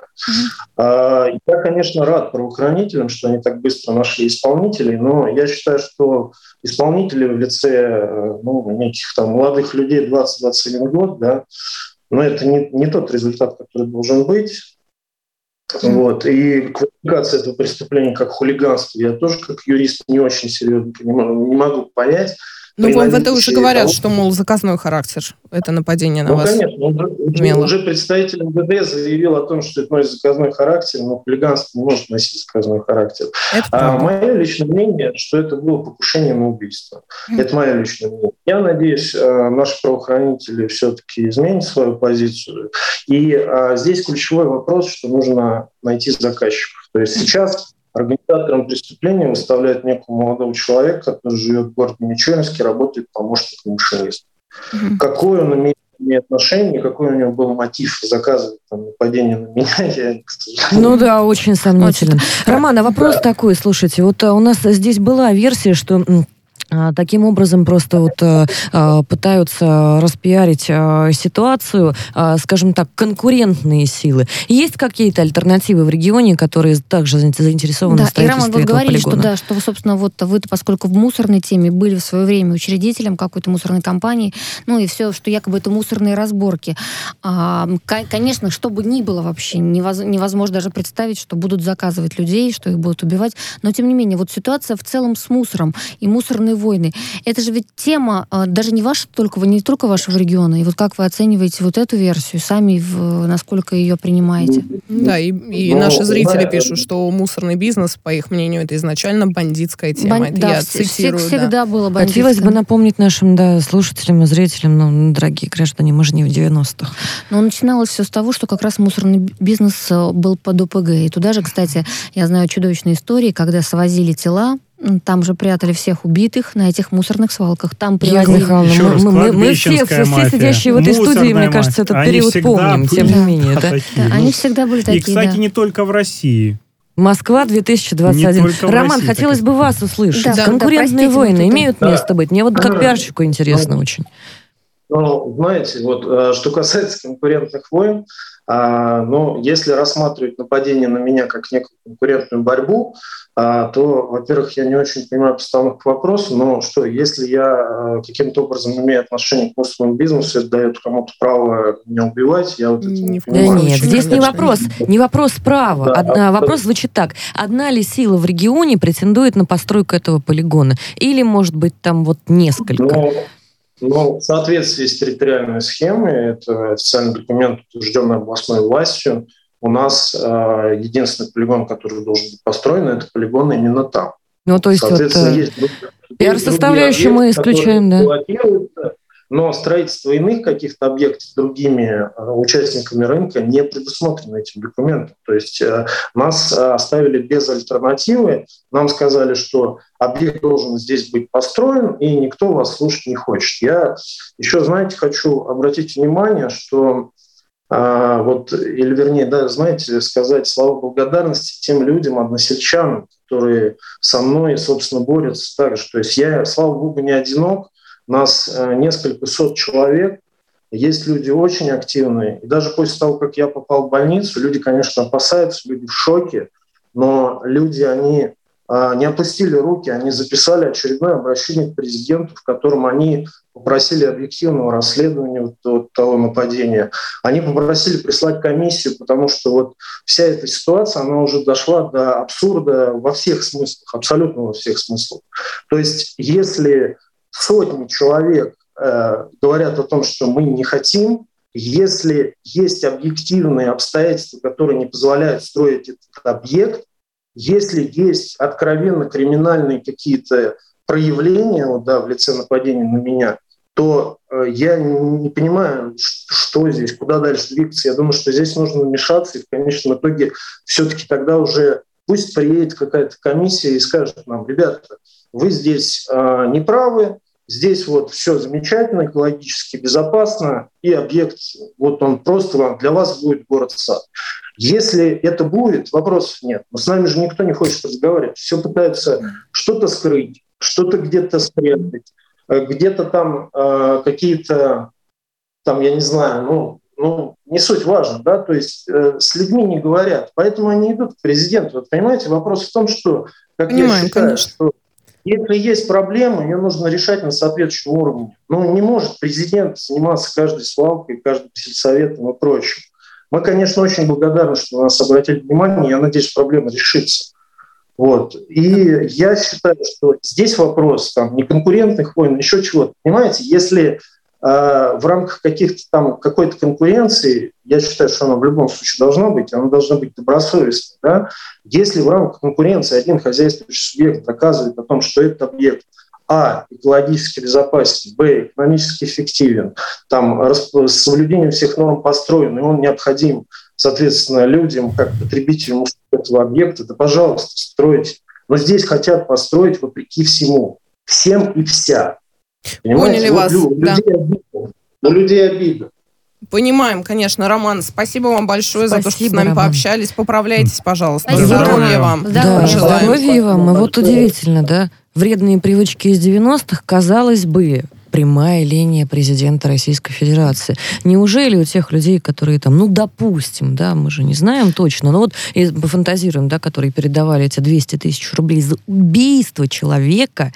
Mm-hmm. Я, конечно, рад правоохранителям, что они так быстро нашли исполнителей, но я считаю, что исполнители в лице, ну, неких там молодых людей двадцать-двадцать один год, да, но это не, не тот результат, который должен быть. Mm-hmm. Вот. И квалификация этого преступления как хулиганство я тоже как юрист не очень серьезно понимаю, не могу понять. Ну, в МВД уже говорят, того, что, мол, заказной характер это нападение на ну, вас. Ну, конечно. Уже, уже представитель МВД заявил о том, что это носит заказной характер, но хулиганство не может носить заказной характер. А мое личное мнение, что это было покушение на убийство. Mm. Это мое личное мнение. Я надеюсь, наши правоохранители все-таки изменят свою позицию. И а, здесь ключевой вопрос, что нужно найти заказчиков. То есть сейчас организатором преступления выставляют некого молодого человека, который живет в городе Мичуринске, работает помощником машиниста. Mm-hmm. Какое он имеет, имеет отношение, какой у него был мотив заказывать там, нападение на меня, я, к сожалению... Ну да, очень сомнительно. Роман, а вопрос да. такой, слушайте, вот у нас здесь была версия, что... Таким образом просто вот э, пытаются распиарить э, ситуацию, э, скажем так, конкурентные силы. Есть какие-то альтернативы в регионе, которые также заинтересованы да, в строительстве Роман, вы этого говорили, полигона? что да, что, собственно, вот вы, поскольку в мусорной теме были в свое время учредителем какой-то мусорной компании, ну и все, что якобы это мусорные разборки. А, конечно, что бы ни было вообще, невозможно даже представить, что будут заказывать людей, что их будут убивать, но тем не менее, вот ситуация в целом с мусором и мусорные войны. Это же ведь тема даже не ваша только, не только вашего региона. И вот как вы оцениваете вот эту версию, сами в, насколько ее принимаете? Да, и, и Но, наши зрители да, пишут, что мусорный бизнес, по их мнению, это изначально бандитская тема. Бан... Это да, я цитирую. Всегда да. было бандитское. Хотелось бы напомнить нашим да, слушателям и зрителям, ну, дорогие граждане, мы же не в девяностых. Но начиналось все с того, что как раз мусорный бизнес был под ОПГ. И туда же, кстати, я знаю чудовищные истории, когда свозили тела, там же прятали всех убитых на этих мусорных свалках. Там привозили... Михайловна, мы, мы, мы все, все сидящие в этой студии, мне кажется, этот они период помним, были, тем не менее. Да? Да, они всегда были такие, И, кстати, да. не только в России. Москва две тысячи двадцать один. Роман, России, хотелось бы вас услышать. Да, Конкурентные да, войны вот имеют да. место быть? Мне вот как пиарщику интересно ну, очень. Ну, знаете, вот что касается конкурентных войн, а, ну, если рассматривать нападение на меня как некую конкурентную борьбу, а, то, во-первых, я не очень понимаю постановку вопроса, но что, если я а, каким-то образом имею отношение к мусорному бизнесу, это дает кому-то право меня убивать, я вот это не, не понимаю. Да нет, здесь не вопрос, не вопрос права. Да, Одна, вопрос звучит так. Одна ли сила в регионе претендует на постройку этого полигона? Или, может быть, там вот несколько? Ну, Ну, в соответствии с территориальной схемой, это официальный документ, утвержденный областной властью, у нас э, единственный полигон, который должен быть построен, это полигон именно там. Ну, то есть вот есть пиар-составляющую мы исключаем, да? Но строительство иных каких-то объектов другими э, участниками рынка не предусмотрено этим документом. То есть э, нас э, оставили без альтернативы. Нам сказали, что объект должен здесь быть построен, и никто вас слушать не хочет. Я еще, знаете, хочу обратить внимание, что э, вот, или вернее, да, знаете, сказать слова благодарности тем людям, односельчанам, которые со мной, собственно, борются так же. То есть я, слава богу, не одинок. Нас э, несколько сот человек, есть люди очень активные. И даже после того, как я попал в больницу, люди, конечно, опасаются, люди в шоке, но люди, они э, не опустили руки, они записали очередное обращение к президенту, в котором они попросили объективного расследования вот, вот того нападения. Они попросили прислать комиссию, потому что вот вся эта ситуация, она уже дошла до абсурда во всех смыслах, абсолютно во всех смыслах. То есть если сотни человек э, говорят о том, что мы не хотим, если есть объективные обстоятельства, которые не позволяют строить этот объект, если есть откровенно криминальные какие-то проявления, вот, да, в лице нападения на меня, то э, я не понимаю, что здесь, куда дальше двигаться. Я думаю, что здесь нужно вмешаться, и в конечном итоге все-таки тогда уже пусть приедет какая-то комиссия и скажет нам: ребята, вы здесь э, не правы, здесь вот все замечательно, экологически безопасно, и объект, вот он просто для вас будет город-сад. Если это будет, вопросов нет. Но с нами же никто не хочет разговаривать. Все пытаются что-то скрыть, что-то где-то спрятать, где-то там э, какие-то, там, я не знаю, ну, ну, не суть важно, да, то есть э, с людьми не говорят, поэтому они идут к президенту. Вот, понимаете, вопрос в том, что, как Понимаем, я считаю, конечно. что если есть проблема, ее нужно решать на соответствующем уровне. Ну, не может президент заниматься каждой свалкой, каждым сельсоветом и прочим. Мы, конечно, очень благодарны, что на нас обратили внимание, я надеюсь, проблема решится. Вот. И я считаю, что здесь вопрос там, не конкурентных войн, еще чего-то. Понимаете, если э, в рамках каких-то там какой-то конкуренции, я считаю, что она в любом случае должна быть, она должна быть добросовестной. Да? Если в рамках конкуренции один хозяйствующий субъект доказывает о том, что этот объект а. экологически безопасен, б. экономически эффективен, там, с соблюдением всех норм построен, и он необходим, соответственно, людям, как потребителям этого объекта, да, пожалуйста, стройте. Но здесь хотят построить вопреки всему. Всем и вся. Понимаете? Поняли вот вас. У Да. людей обида. У людей обида. Понимаем, конечно, Роман. Спасибо вам большое Спасибо, за то, что с нами Роман. пообщались. Поправляйтесь, пожалуйста. Спасибо. Здоровья вам. Здоровья. Да, Желаем. здоровья вам. И вот удивительно, да, вредные привычки из девяностых, казалось бы, прямая линия президента Российской Федерации. Неужели у тех людей, которые там, ну, допустим, да, мы же не знаем точно, но вот и пофантазируем, да, которые передавали эти двести тысяч рублей за убийство человека,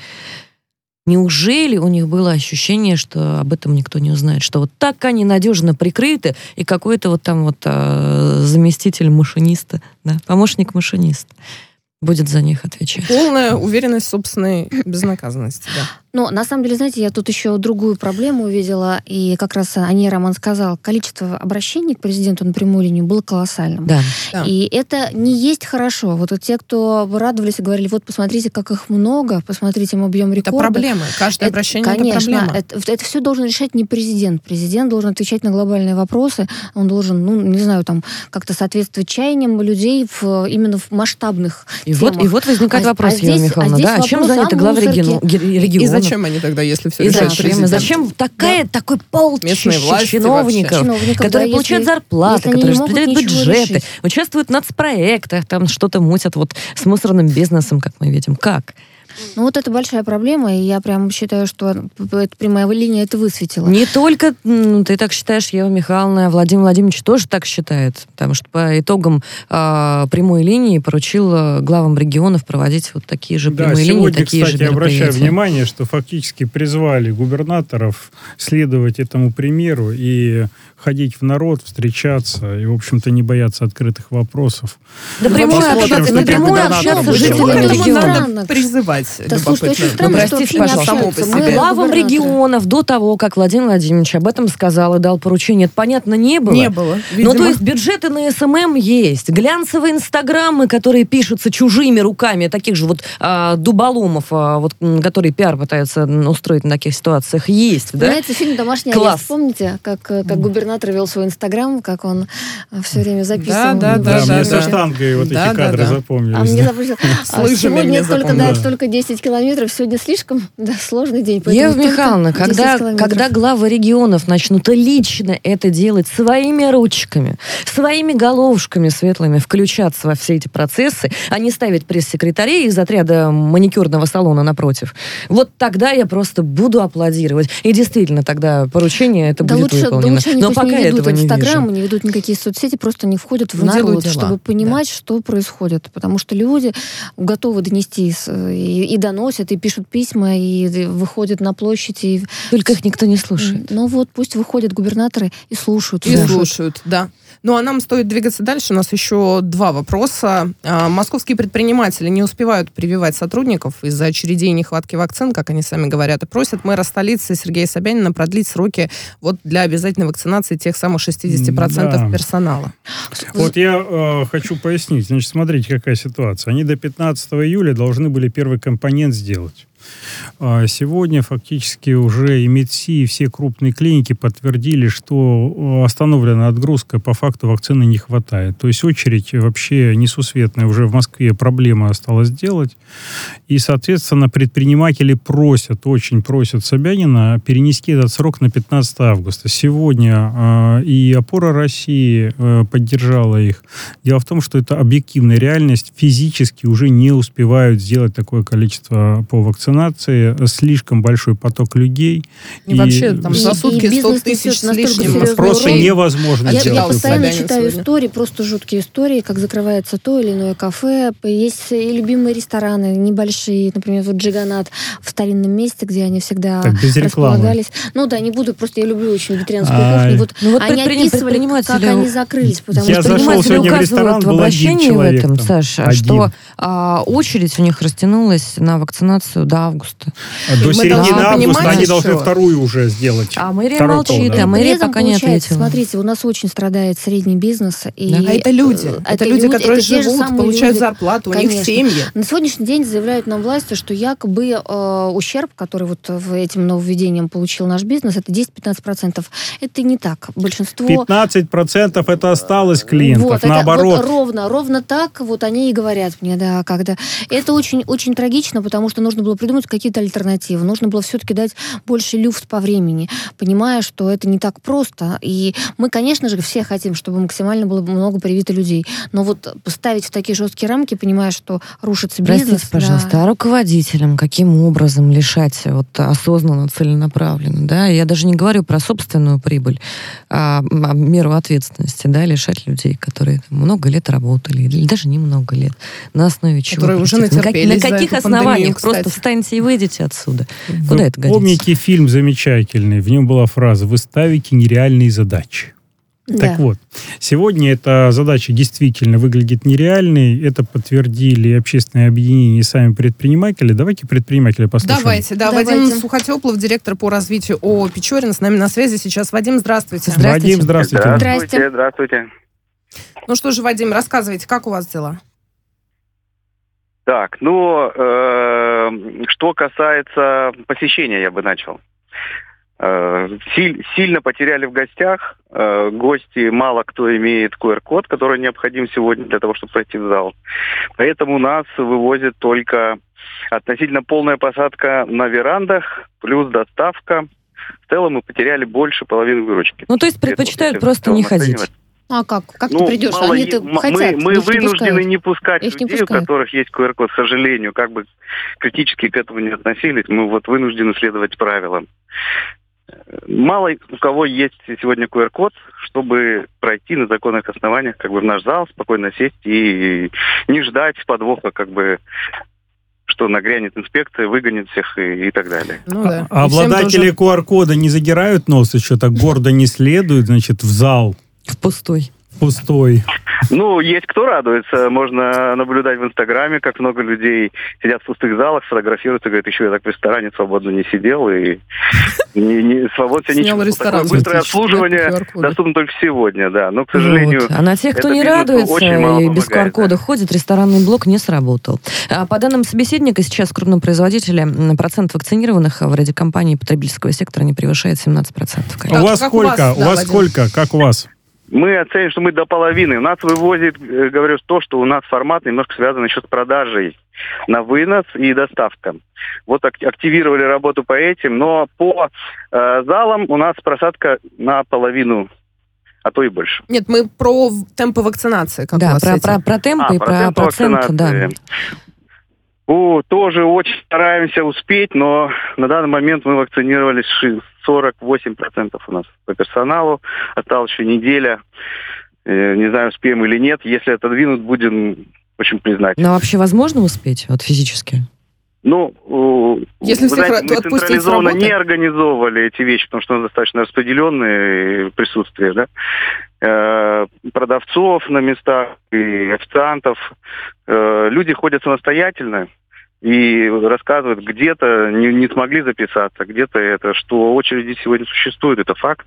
неужели у них было ощущение, что об этом никто не узнает, что вот так они надежно прикрыты, и какой-то вот там вот а, заместитель машиниста, да, помощник машиниста будет за них отвечать. Полная уверенность в собственной безнаказанности, да. Но на самом деле, знаете, я тут еще другую проблему увидела, и как раз о ней Роман сказал. Количество обращений к президенту на прямую линию было колоссальным. Да. Да. И это не есть хорошо. Вот те, кто радовались и говорили, вот посмотрите, как их много, посмотрите, мы бьем рекорды. Это проблема. Каждое Это, обращение конечно, это проблема. Это, это все должен решать не президент. Президент должен отвечать на глобальные вопросы. Он должен, ну, не знаю, там, как-то соответствовать чаяниям людей в, именно в масштабных И темах. вот, и вот возникает А- вопрос, а Ева здесь- Михайловна, а здесь да, а чем вопрос заняты о главы мусорке. регион- И регионов? зачем они тогда, если все И решает зачем? президент? Зачем такая, такой полчища Местные власти чиновников, вообще. Чиновников, которые да, получают если- зарплаты, если они которые не могут распределяют ничего бюджеты, решить. участвуют в нацпроектах, там что-то мутят вот с мусорным бизнесом, как мы видим. Как? Ну вот это большая проблема, и я прям считаю, что эта прямая линия это высветила. Не только м, ты так считаешь, Ева Михайловна, Владимир Владимирович тоже так считает, потому что по итогам а, прямой линии поручил а, главам регионов проводить вот такие же Да, прямые линии, сегодня, такие кстати, же обращаю мероприятия. внимание, что фактически призвали губернаторов следовать этому примеру и ходить в народ, встречаться и, в общем-то, не бояться открытых вопросов. Да Ну, прямое посмотрим, общаться, что напрямую губернатор общаться с будет. жителями Поэтому региона. надо призывать. Да, слушайте, очень любопытно. странно, Ну, что простите, вообще не пожалуйста. Само по общаются. себе. Мы Главам губернаторы. регионов до того, как Владимир Владимирович об этом сказал и дал поручение, это, понятно, не было. Не было, Ну, видимо. то есть бюджеты на эс эм эм есть, глянцевые инстаграмы, которые пишутся чужими руками, таких же вот а, дуболомов, а, вот, м, которые пиар пытаются м, устроить на таких ситуациях, есть, да? Знаете, фильм «Домашний Класс. арест», помните, как, э, как губернатор вел свой инстаграм, как он все время записывал. Да, да, Да, да, мне да, со да. штангой вот Да, эти да, кадры да. запомнились. А мне да. запомнилось, С а лыжами сегодня мне только, да, запомнилось. только десять километров, сегодня слишком, да, сложный день. поэтому Ева только Михайловна, десять когда, километров. когда главы регионов начнут лично это делать своими ручками, своими головушками светлыми, включаться во все эти процессы, а не ставить пресс-секретарей из отряда маникюрного салона напротив, вот тогда я просто буду аплодировать. И действительно, тогда поручение это Да будет лучше, да выполнено. лучше они Но пусть пока не ведут этого не Инстаграм, вижу. не ведут никакие соцсети, просто не входят в Ну, делают народ, дела, чтобы понимать, что происходит. Потому что люди готовы донести с- и и, и доносят, и пишут письма, и, и выходят на площадь. И... Только их никто не слушает. Ну вот пусть выходят губернаторы и слушают. И слушают, слушают да. Ну, а нам стоит двигаться дальше. У нас еще два вопроса. А, московские предприниматели не успевают прививать сотрудников из-за очередей и нехватки вакцин, как они сами говорят, и просят мэра столицы Сергея Собянина продлить сроки вот для обязательной вакцинации тех самых шестьдесят процентов да. персонала. Вот я э, хочу пояснить. Значит, смотрите, какая ситуация. Они до пятнадцатого июля должны были первый компонент сделать. Сегодня фактически уже и МедСи, и все крупные клиники подтвердили, что остановлена отгрузка, по факту вакцины не хватает. То есть очередь вообще несусветная. Уже в Москве проблема осталась сделать. И, соответственно, предприниматели просят, очень просят Собянина перенести этот срок на пятнадцатое августа. Сегодня э, и «Опора России» э, поддержала их. Дело в том, что это объективная реальность. Физически уже не успевают сделать такое количество по вакцинации. Слишком большой поток людей. И, и вообще там за сутки сто тысяч с лишним. Просто урок. невозможно я, сделать. Я постоянно Собянин читаю сегодня. истории, просто жуткие истории, как закрывается то или иное кафе. Есть и любимые рестораны небольшие, например, вот Джиганат в старинном месте, где они всегда так, без располагались. Ну да, не буду, просто я люблю очень вегетарианскую а, кухню. Вот ну, вот они описывали, как они закрылись. Потому я что зашел сегодня в ресторан, в был обращении один человек в этом, там, Саша, один. что а, очередь у них растянулась на вакцинацию до августа. До середины да, августа они еще. должны вторую уже сделать. А мэрия Второй молчит, пол, да. а мэрия пока не ответила. Смотрите, у нас очень страдает средний бизнес. И да. А это люди. Это, это люди, которые это живут, получают люди. зарплату, у Конечно. них семьи. На сегодняшний день заявляют нам власти, что якобы э, ущерб, который вот в этим нововведением получил наш бизнес, это десять-пятнадцать процентов. Это не так. Большинство... пятнадцать процентов это осталось клиентов, вот, наоборот. Это, вот, ровно, ровно так вот они и говорят мне, да, когда... Это очень, очень трагично, потому что нужно было придумать какие-то альтернативы. Нужно было все-таки дать больше люфт по времени, понимая, что это не так просто. И мы, конечно же, все хотим, чтобы максимально было много привито людей. Но вот поставить в такие жесткие рамки, понимая, что рушится бизнес... Простите, пожалуйста, да. а руководителям каким образом лишать вот осознанно, целенаправленно, да? Я даже не говорю про собственную прибыль, а, а меру ответственности, да, лишать людей, которые там, много лет работали, или даже немного лет, на основе чего? Которые уже натерпелись на каких за эту основаниях? пандемию, Просто встаньте и выйдите отсюда. Вы Куда это годится? помните фильм замечательный, в нем была фраза «Вы ставите нереальные задачи». Да. Так вот, сегодня эта задача действительно выглядит нереальной. Это подтвердили общественные объединения и сами предприниматели. Давайте предпринимателя послушаем. Давайте, да. Давайте. Вадим Сухотеплов, директор по развитию ООО «Печорин», с нами на связи сейчас. Вадим, здравствуйте. Здравствуйте. Вадим, здравствуйте. Здравствуйте. Здравствуйте. Ну что же, Вадим, рассказывайте, как у вас дела? Так, ну, э, что касается посещения, я бы начал. Э, силь, сильно потеряли в гостях. Э, гости, мало кто имеет ку эр код, который необходим сегодня для того, чтобы пройти в зал. Поэтому нас вывозят только относительно полная посадка на верандах, плюс доставка. В целом мы потеряли больше половины выручки. Ну, то есть предпочитают просто не ходить. А как? Как ну, ты придешь? Они-то мы, хотят. Мы их вынуждены не, не пускать их людей, не у которых есть ку эр код, к сожалению. Как бы критически к этому не относились, мы вот вынуждены следовать правилам. Мало у кого есть сегодня ку эр код, чтобы пройти на законных основаниях как бы в наш зал, спокойно сесть и не ждать подвоха, как бы, что нагрянет инспекция, выгонит всех и, и так далее. Ну, да. А обладатели тоже... ку эр кода не задирают нос, еще так гордо не следуют, значит, в зал? В пустой. Пустой. Ну, есть кто радуется. Можно наблюдать в Инстаграме, как много людей сидят в пустых залах, фотографируются, говорят, еще я так в ресторане свободно не сидел, и не, не, свободно себя не чувствовал. Такое быстрое обслуживание доступно только сегодня, да. Но, к сожалению... Вот. А на тех, кто не радуется и без ку эр кода ходит, ресторанный блок не сработал. По данным собеседника, сейчас крупным производителям процент вакцинированных в ряде компаний потребительского сектора не превышает семнадцать процентов. У вас сколько? У вас сколько? Как у вас? Мы оценим, что мы до половины. У нас вывозит, говорю, то, что у нас формат немножко связан еще с продажей на вынос и доставка. Вот активировали работу по этим, но по э, залам у нас просадка на половину, а то и больше. Нет, мы про темпы вакцинации. Как да, про, про, про темпы а, и про, про процент, да. О, тоже очень стараемся успеть, но на данный момент мы вакцинировались сорок восемь процентов у нас по персоналу. Осталась еще неделя. Не знаю, успеем или нет. Если отодвинут, будем очень признательны. Но вообще возможно успеть вот физически? Ну, если вы всех знаете, мы централизованно не организовывали эти вещи, потому что у нас достаточно распределенное присутствие, да, э, продавцов на местах и официантов. Э, люди ходят самостоятельно и рассказывают, где-то не, не смогли записаться, где-то это, что очереди сегодня существуют, это факт.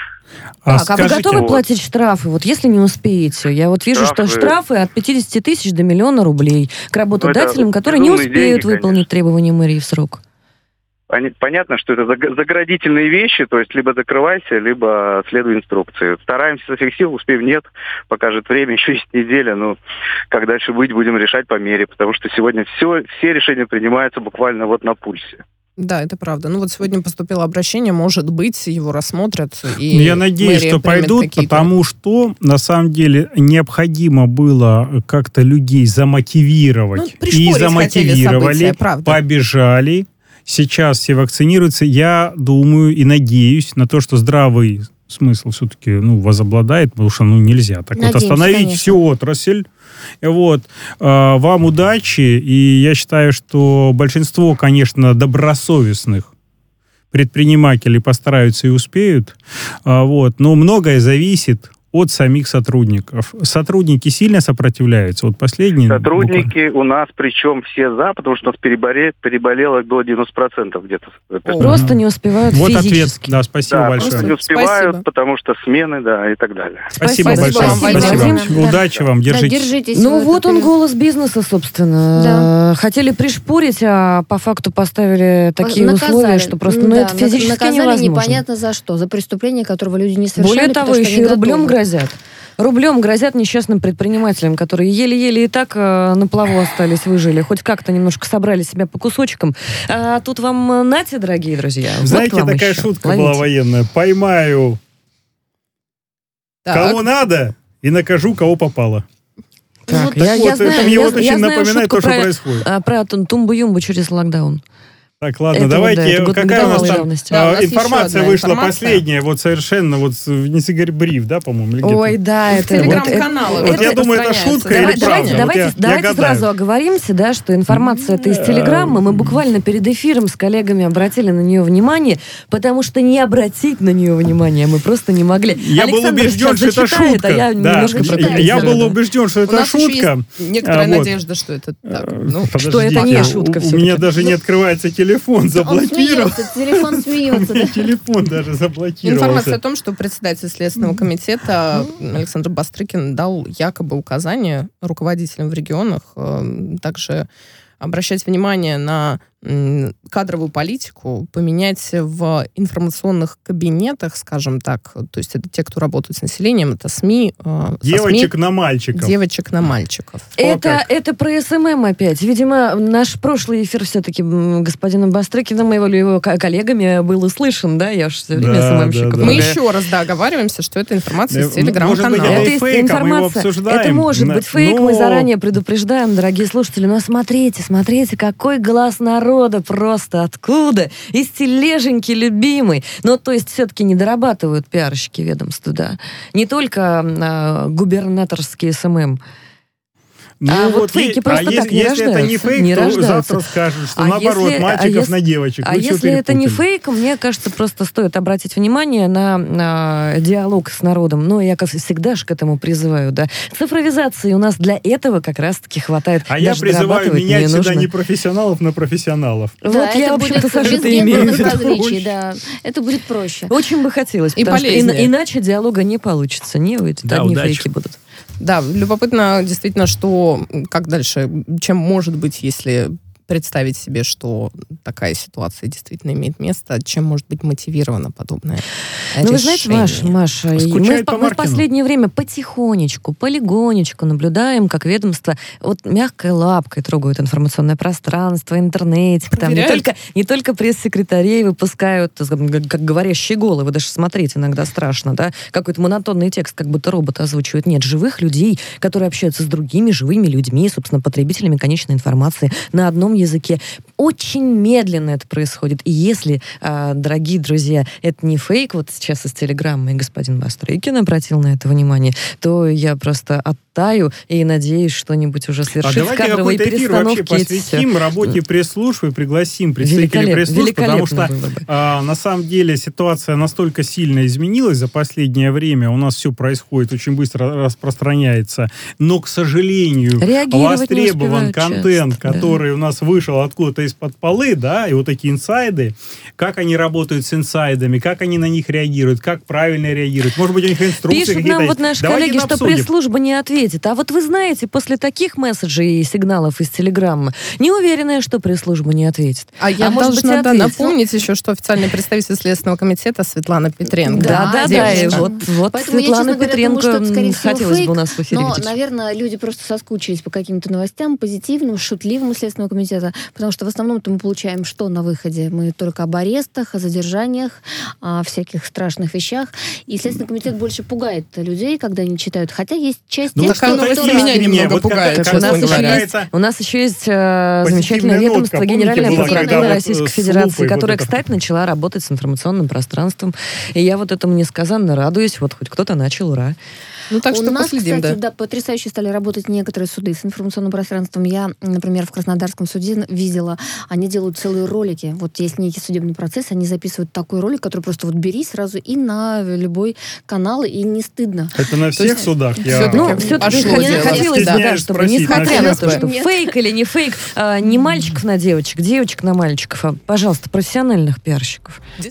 А, так, скажите, а вы готовы вот, платить штрафы, вот если не успеете? Я вот вижу, штрафы, что штрафы от пятидесяти тысяч до миллиона рублей к работодателям, которые не успеют деньги, выполнить конечно. требования мэрии в срок. Понятно, что это заградительные вещи, то есть либо закрывайся, либо следуй инструкции. Стараемся со всех сил, успеем нет, покажет время, еще есть неделя, но как дальше быть, будем решать по мере, потому что сегодня все, все решения принимаются буквально вот на пульсе. Да, это правда. Ну вот сегодня поступило обращение, может быть, его рассмотрят. И я надеюсь, что пойдут, какие-то... потому что на самом деле необходимо было как-то людей замотивировать. Ну, и замотивировали, события, побежали. Сейчас все вакцинируются. Я думаю и надеюсь на то, что здравый смысл все-таки ну, возобладает, потому что ну, нельзя так Надеемся, вот остановить конечно. всю отрасль. Вот. Вам удачи, и я считаю, что большинство, конечно, добросовестных предпринимателей постараются и успеют, вот. Но многое зависит от самих сотрудников. Сотрудники сильно сопротивляются. Вот последние... Сотрудники буквально... у нас, причем все за, потому что у нас переболе... переболело до девяносто процентов где-то. Просто не успевают вот физически. Вот ответ. Да, спасибо да, большое. Просто не успевают, спасибо. потому что смены, да, и так далее. Спасибо, спасибо большое. Спасибо. Спасибо. Спасибо. Да. Удачи вам, держитесь. Да, держитесь. Ну вот он голос бизнеса, собственно. Да. Хотели пришпорить, а по факту поставили такие наказали. условия, что просто ну, да, это физически наказали невозможно. Непонятно за что. За преступление, которого люди не совершали. Более того, еще и рублем готовы. грозят. Рублем грозят несчастным предпринимателям, которые еле-еле и так э, на плаву остались, выжили. Хоть как-то немножко собрали себя по кусочкам. А тут вам нате, дорогие друзья. Знаете, вот такая еще. шутка Ловите. была военная. Поймаю так. кого надо и накажу, кого попало. Так, так я, вот, я знаю, это мне я, вот очень я напоминает то, что про, происходит. А, про тумбу-юмбу через локдаун. Так, ладно, это давайте, вот, да, какая у нас там да, у нас информация вышла информация. последняя, вот совершенно, вот не Игорь Бриф, да, по-моему? Или Ой, да, это... Телеграм-каналы. Вот, вот я думаю, это шутка Давай, или давайте, правда? давайте, вот я, давайте я сразу оговоримся, да, что информация это из Телеграма. Мы буквально перед эфиром с коллегами обратили на нее внимание, потому что не обратить на нее внимание мы просто не могли. Я Александр был убежден, что это шутка. А я, да. я был убежден, что это шутка. Некоторая а, надежда, что это так. Ну, что это не шутка. У меня даже не открывается телефон, заблокирован. Телефон смеется. Телефон даже заблокировался. Информация о том, что председатель Следственного комитета Александр Бастрыкин дал якобы указания руководителям в регионах также обращать внимание на кадровую политику, поменять в информационных кабинетах, скажем так, то есть это те, кто работают с населением, это СМИ. Девочек СМИ, на мальчиков. Девочек на мальчиков. Это, это про СММ опять. Видимо, наш прошлый эфир все-таки господином Бастрыкиным и его, его коллегами был услышан, да? Я же все время да, СММщиков. Да, да. Мы еще раз да, оговариваемся, что это информация из Телеграм-канала. Это, это фейк, информация. Это может быть фейк, но... мы заранее предупреждаем, дорогие слушатели. Но смотрите, смотрите, какой глаз народа. Просто откуда? Из тележеньки любимый. Ну, то есть все-таки не дорабатывают пиарщики ведомства, да. Не только а, губернаторские СММ. Ну, а вот вот фейки и, просто а так если, не если рождаются. это не фейк, не то рождаются. завтра скажут, что а наоборот, если, мальчиков а если, на девочек. А Вы если это не фейк, мне кажется, просто стоит обратить внимание на, на диалог с народом. Ну, я, как всегда же к этому призываю, да. Цифровизации у нас для этого как раз-таки хватает. А я призываю менять сюда не профессионалов на профессионалов. Вот да, я, в общем-то, Саша, ты имею в виду. Да, это будет проще. Очень бы хотелось, и потому что иначе диалога не получится. Не выйдет, да, одни удачи. фейки будут. Да, любопытно действительно, что как дальше, чем может быть, если представить себе, что такая ситуация действительно имеет место, чем может быть мотивировано подобное ну, решение. Вы знаете, Маш, Маша, мы, по мы в последнее время потихонечку, полигонечку наблюдаем, как ведомство вот мягкой лапкой трогают информационное пространство, интернетик, там не только, не только пресс-секретарей выпускают, как говорящие головы, даже смотреть иногда страшно, да, какой-то монотонный текст, как будто робот озвучивает. Нет, живых людей, которые общаются с другими живыми людьми, собственно, потребителями конечной информации на одном языке. Очень медленно это происходит. И если, э, дорогие друзья, это не фейк, вот сейчас из телеграммы, и господин Бастрыкин обратил на это внимание, то я просто оттаю и надеюсь, что-нибудь уже свершит в кадровой перестановке. А давайте какой-то эфир вообще посвятим работе пресс-службы, пригласим представителей пресс-служб, потому что а, на самом деле ситуация настолько сильно изменилась за последнее время, у нас все происходит, очень быстро распространяется, но, к сожалению, востребован контент, часто, который да. у нас вышел откуда-то из-под полы, да, и вот такие инсайды, как они работают с инсайдами, как они на них реагируют, как правильно реагируют, может быть, у них инструкции Пишут какие-то нам есть. вот наши Давайте коллеги, что обсудим. пресс-служба не ответит. А вот вы знаете, после таких месседжей и сигналов из телеграммы, не уверена, что пресс-служба не ответит. А я а может должна быть, да, ответит. напомнить еще, что официальный представитель Следственного комитета Светлана Петренко. Да, да, да. И вот, вот Поэтому Светлана я, говоря, Петренко думаю, что это, хотелось фейк, бы у нас в эфире но, видеть. наверное, люди просто соскучились по каким-то новостям, позитивным, шутливым Следственного комитета, потому что в основном-то мы получаем что на выходе? Мы только об арестах, о задержаниях, о всяких страшных вещах. И Следственный комитет больше пугает людей, когда они читают. Хотя есть часть Ну, тех, такая кто... новость которые- меня немного вот пугает, как- У честно нас, еще говоря. есть, у нас еще есть э, замечательное Позитивная ведомство нотка. Генеральной Помните, была, прокуратуры когда вот, Российской э, с Федерации, лупой которая, вот это- кстати, начала работать с информационным пространством. И я вот этому несказанно радуюсь. Вот хоть кто-то начал, ура. Ну, так У что нас, последим, кстати, да. да, потрясающе стали работать некоторые суды с информационным пространством. Я, например, в Краснодарском суде видела, они делают целые ролики. Вот есть некий судебный процесс, они записывают такой ролик, который просто вот бери сразу и на любой канал, и не стыдно. Это на всех есть судах? Я... всё-таки Ну, все-таки пошло мне дело. хотелось бы, да, Стесняюсь чтобы, спросить, несмотря на на то, всех что Нет. фейк или не фейк, а, не мальчиков на девочек, девочек на мальчиков, а, пожалуйста, профессиональных пиарщиков.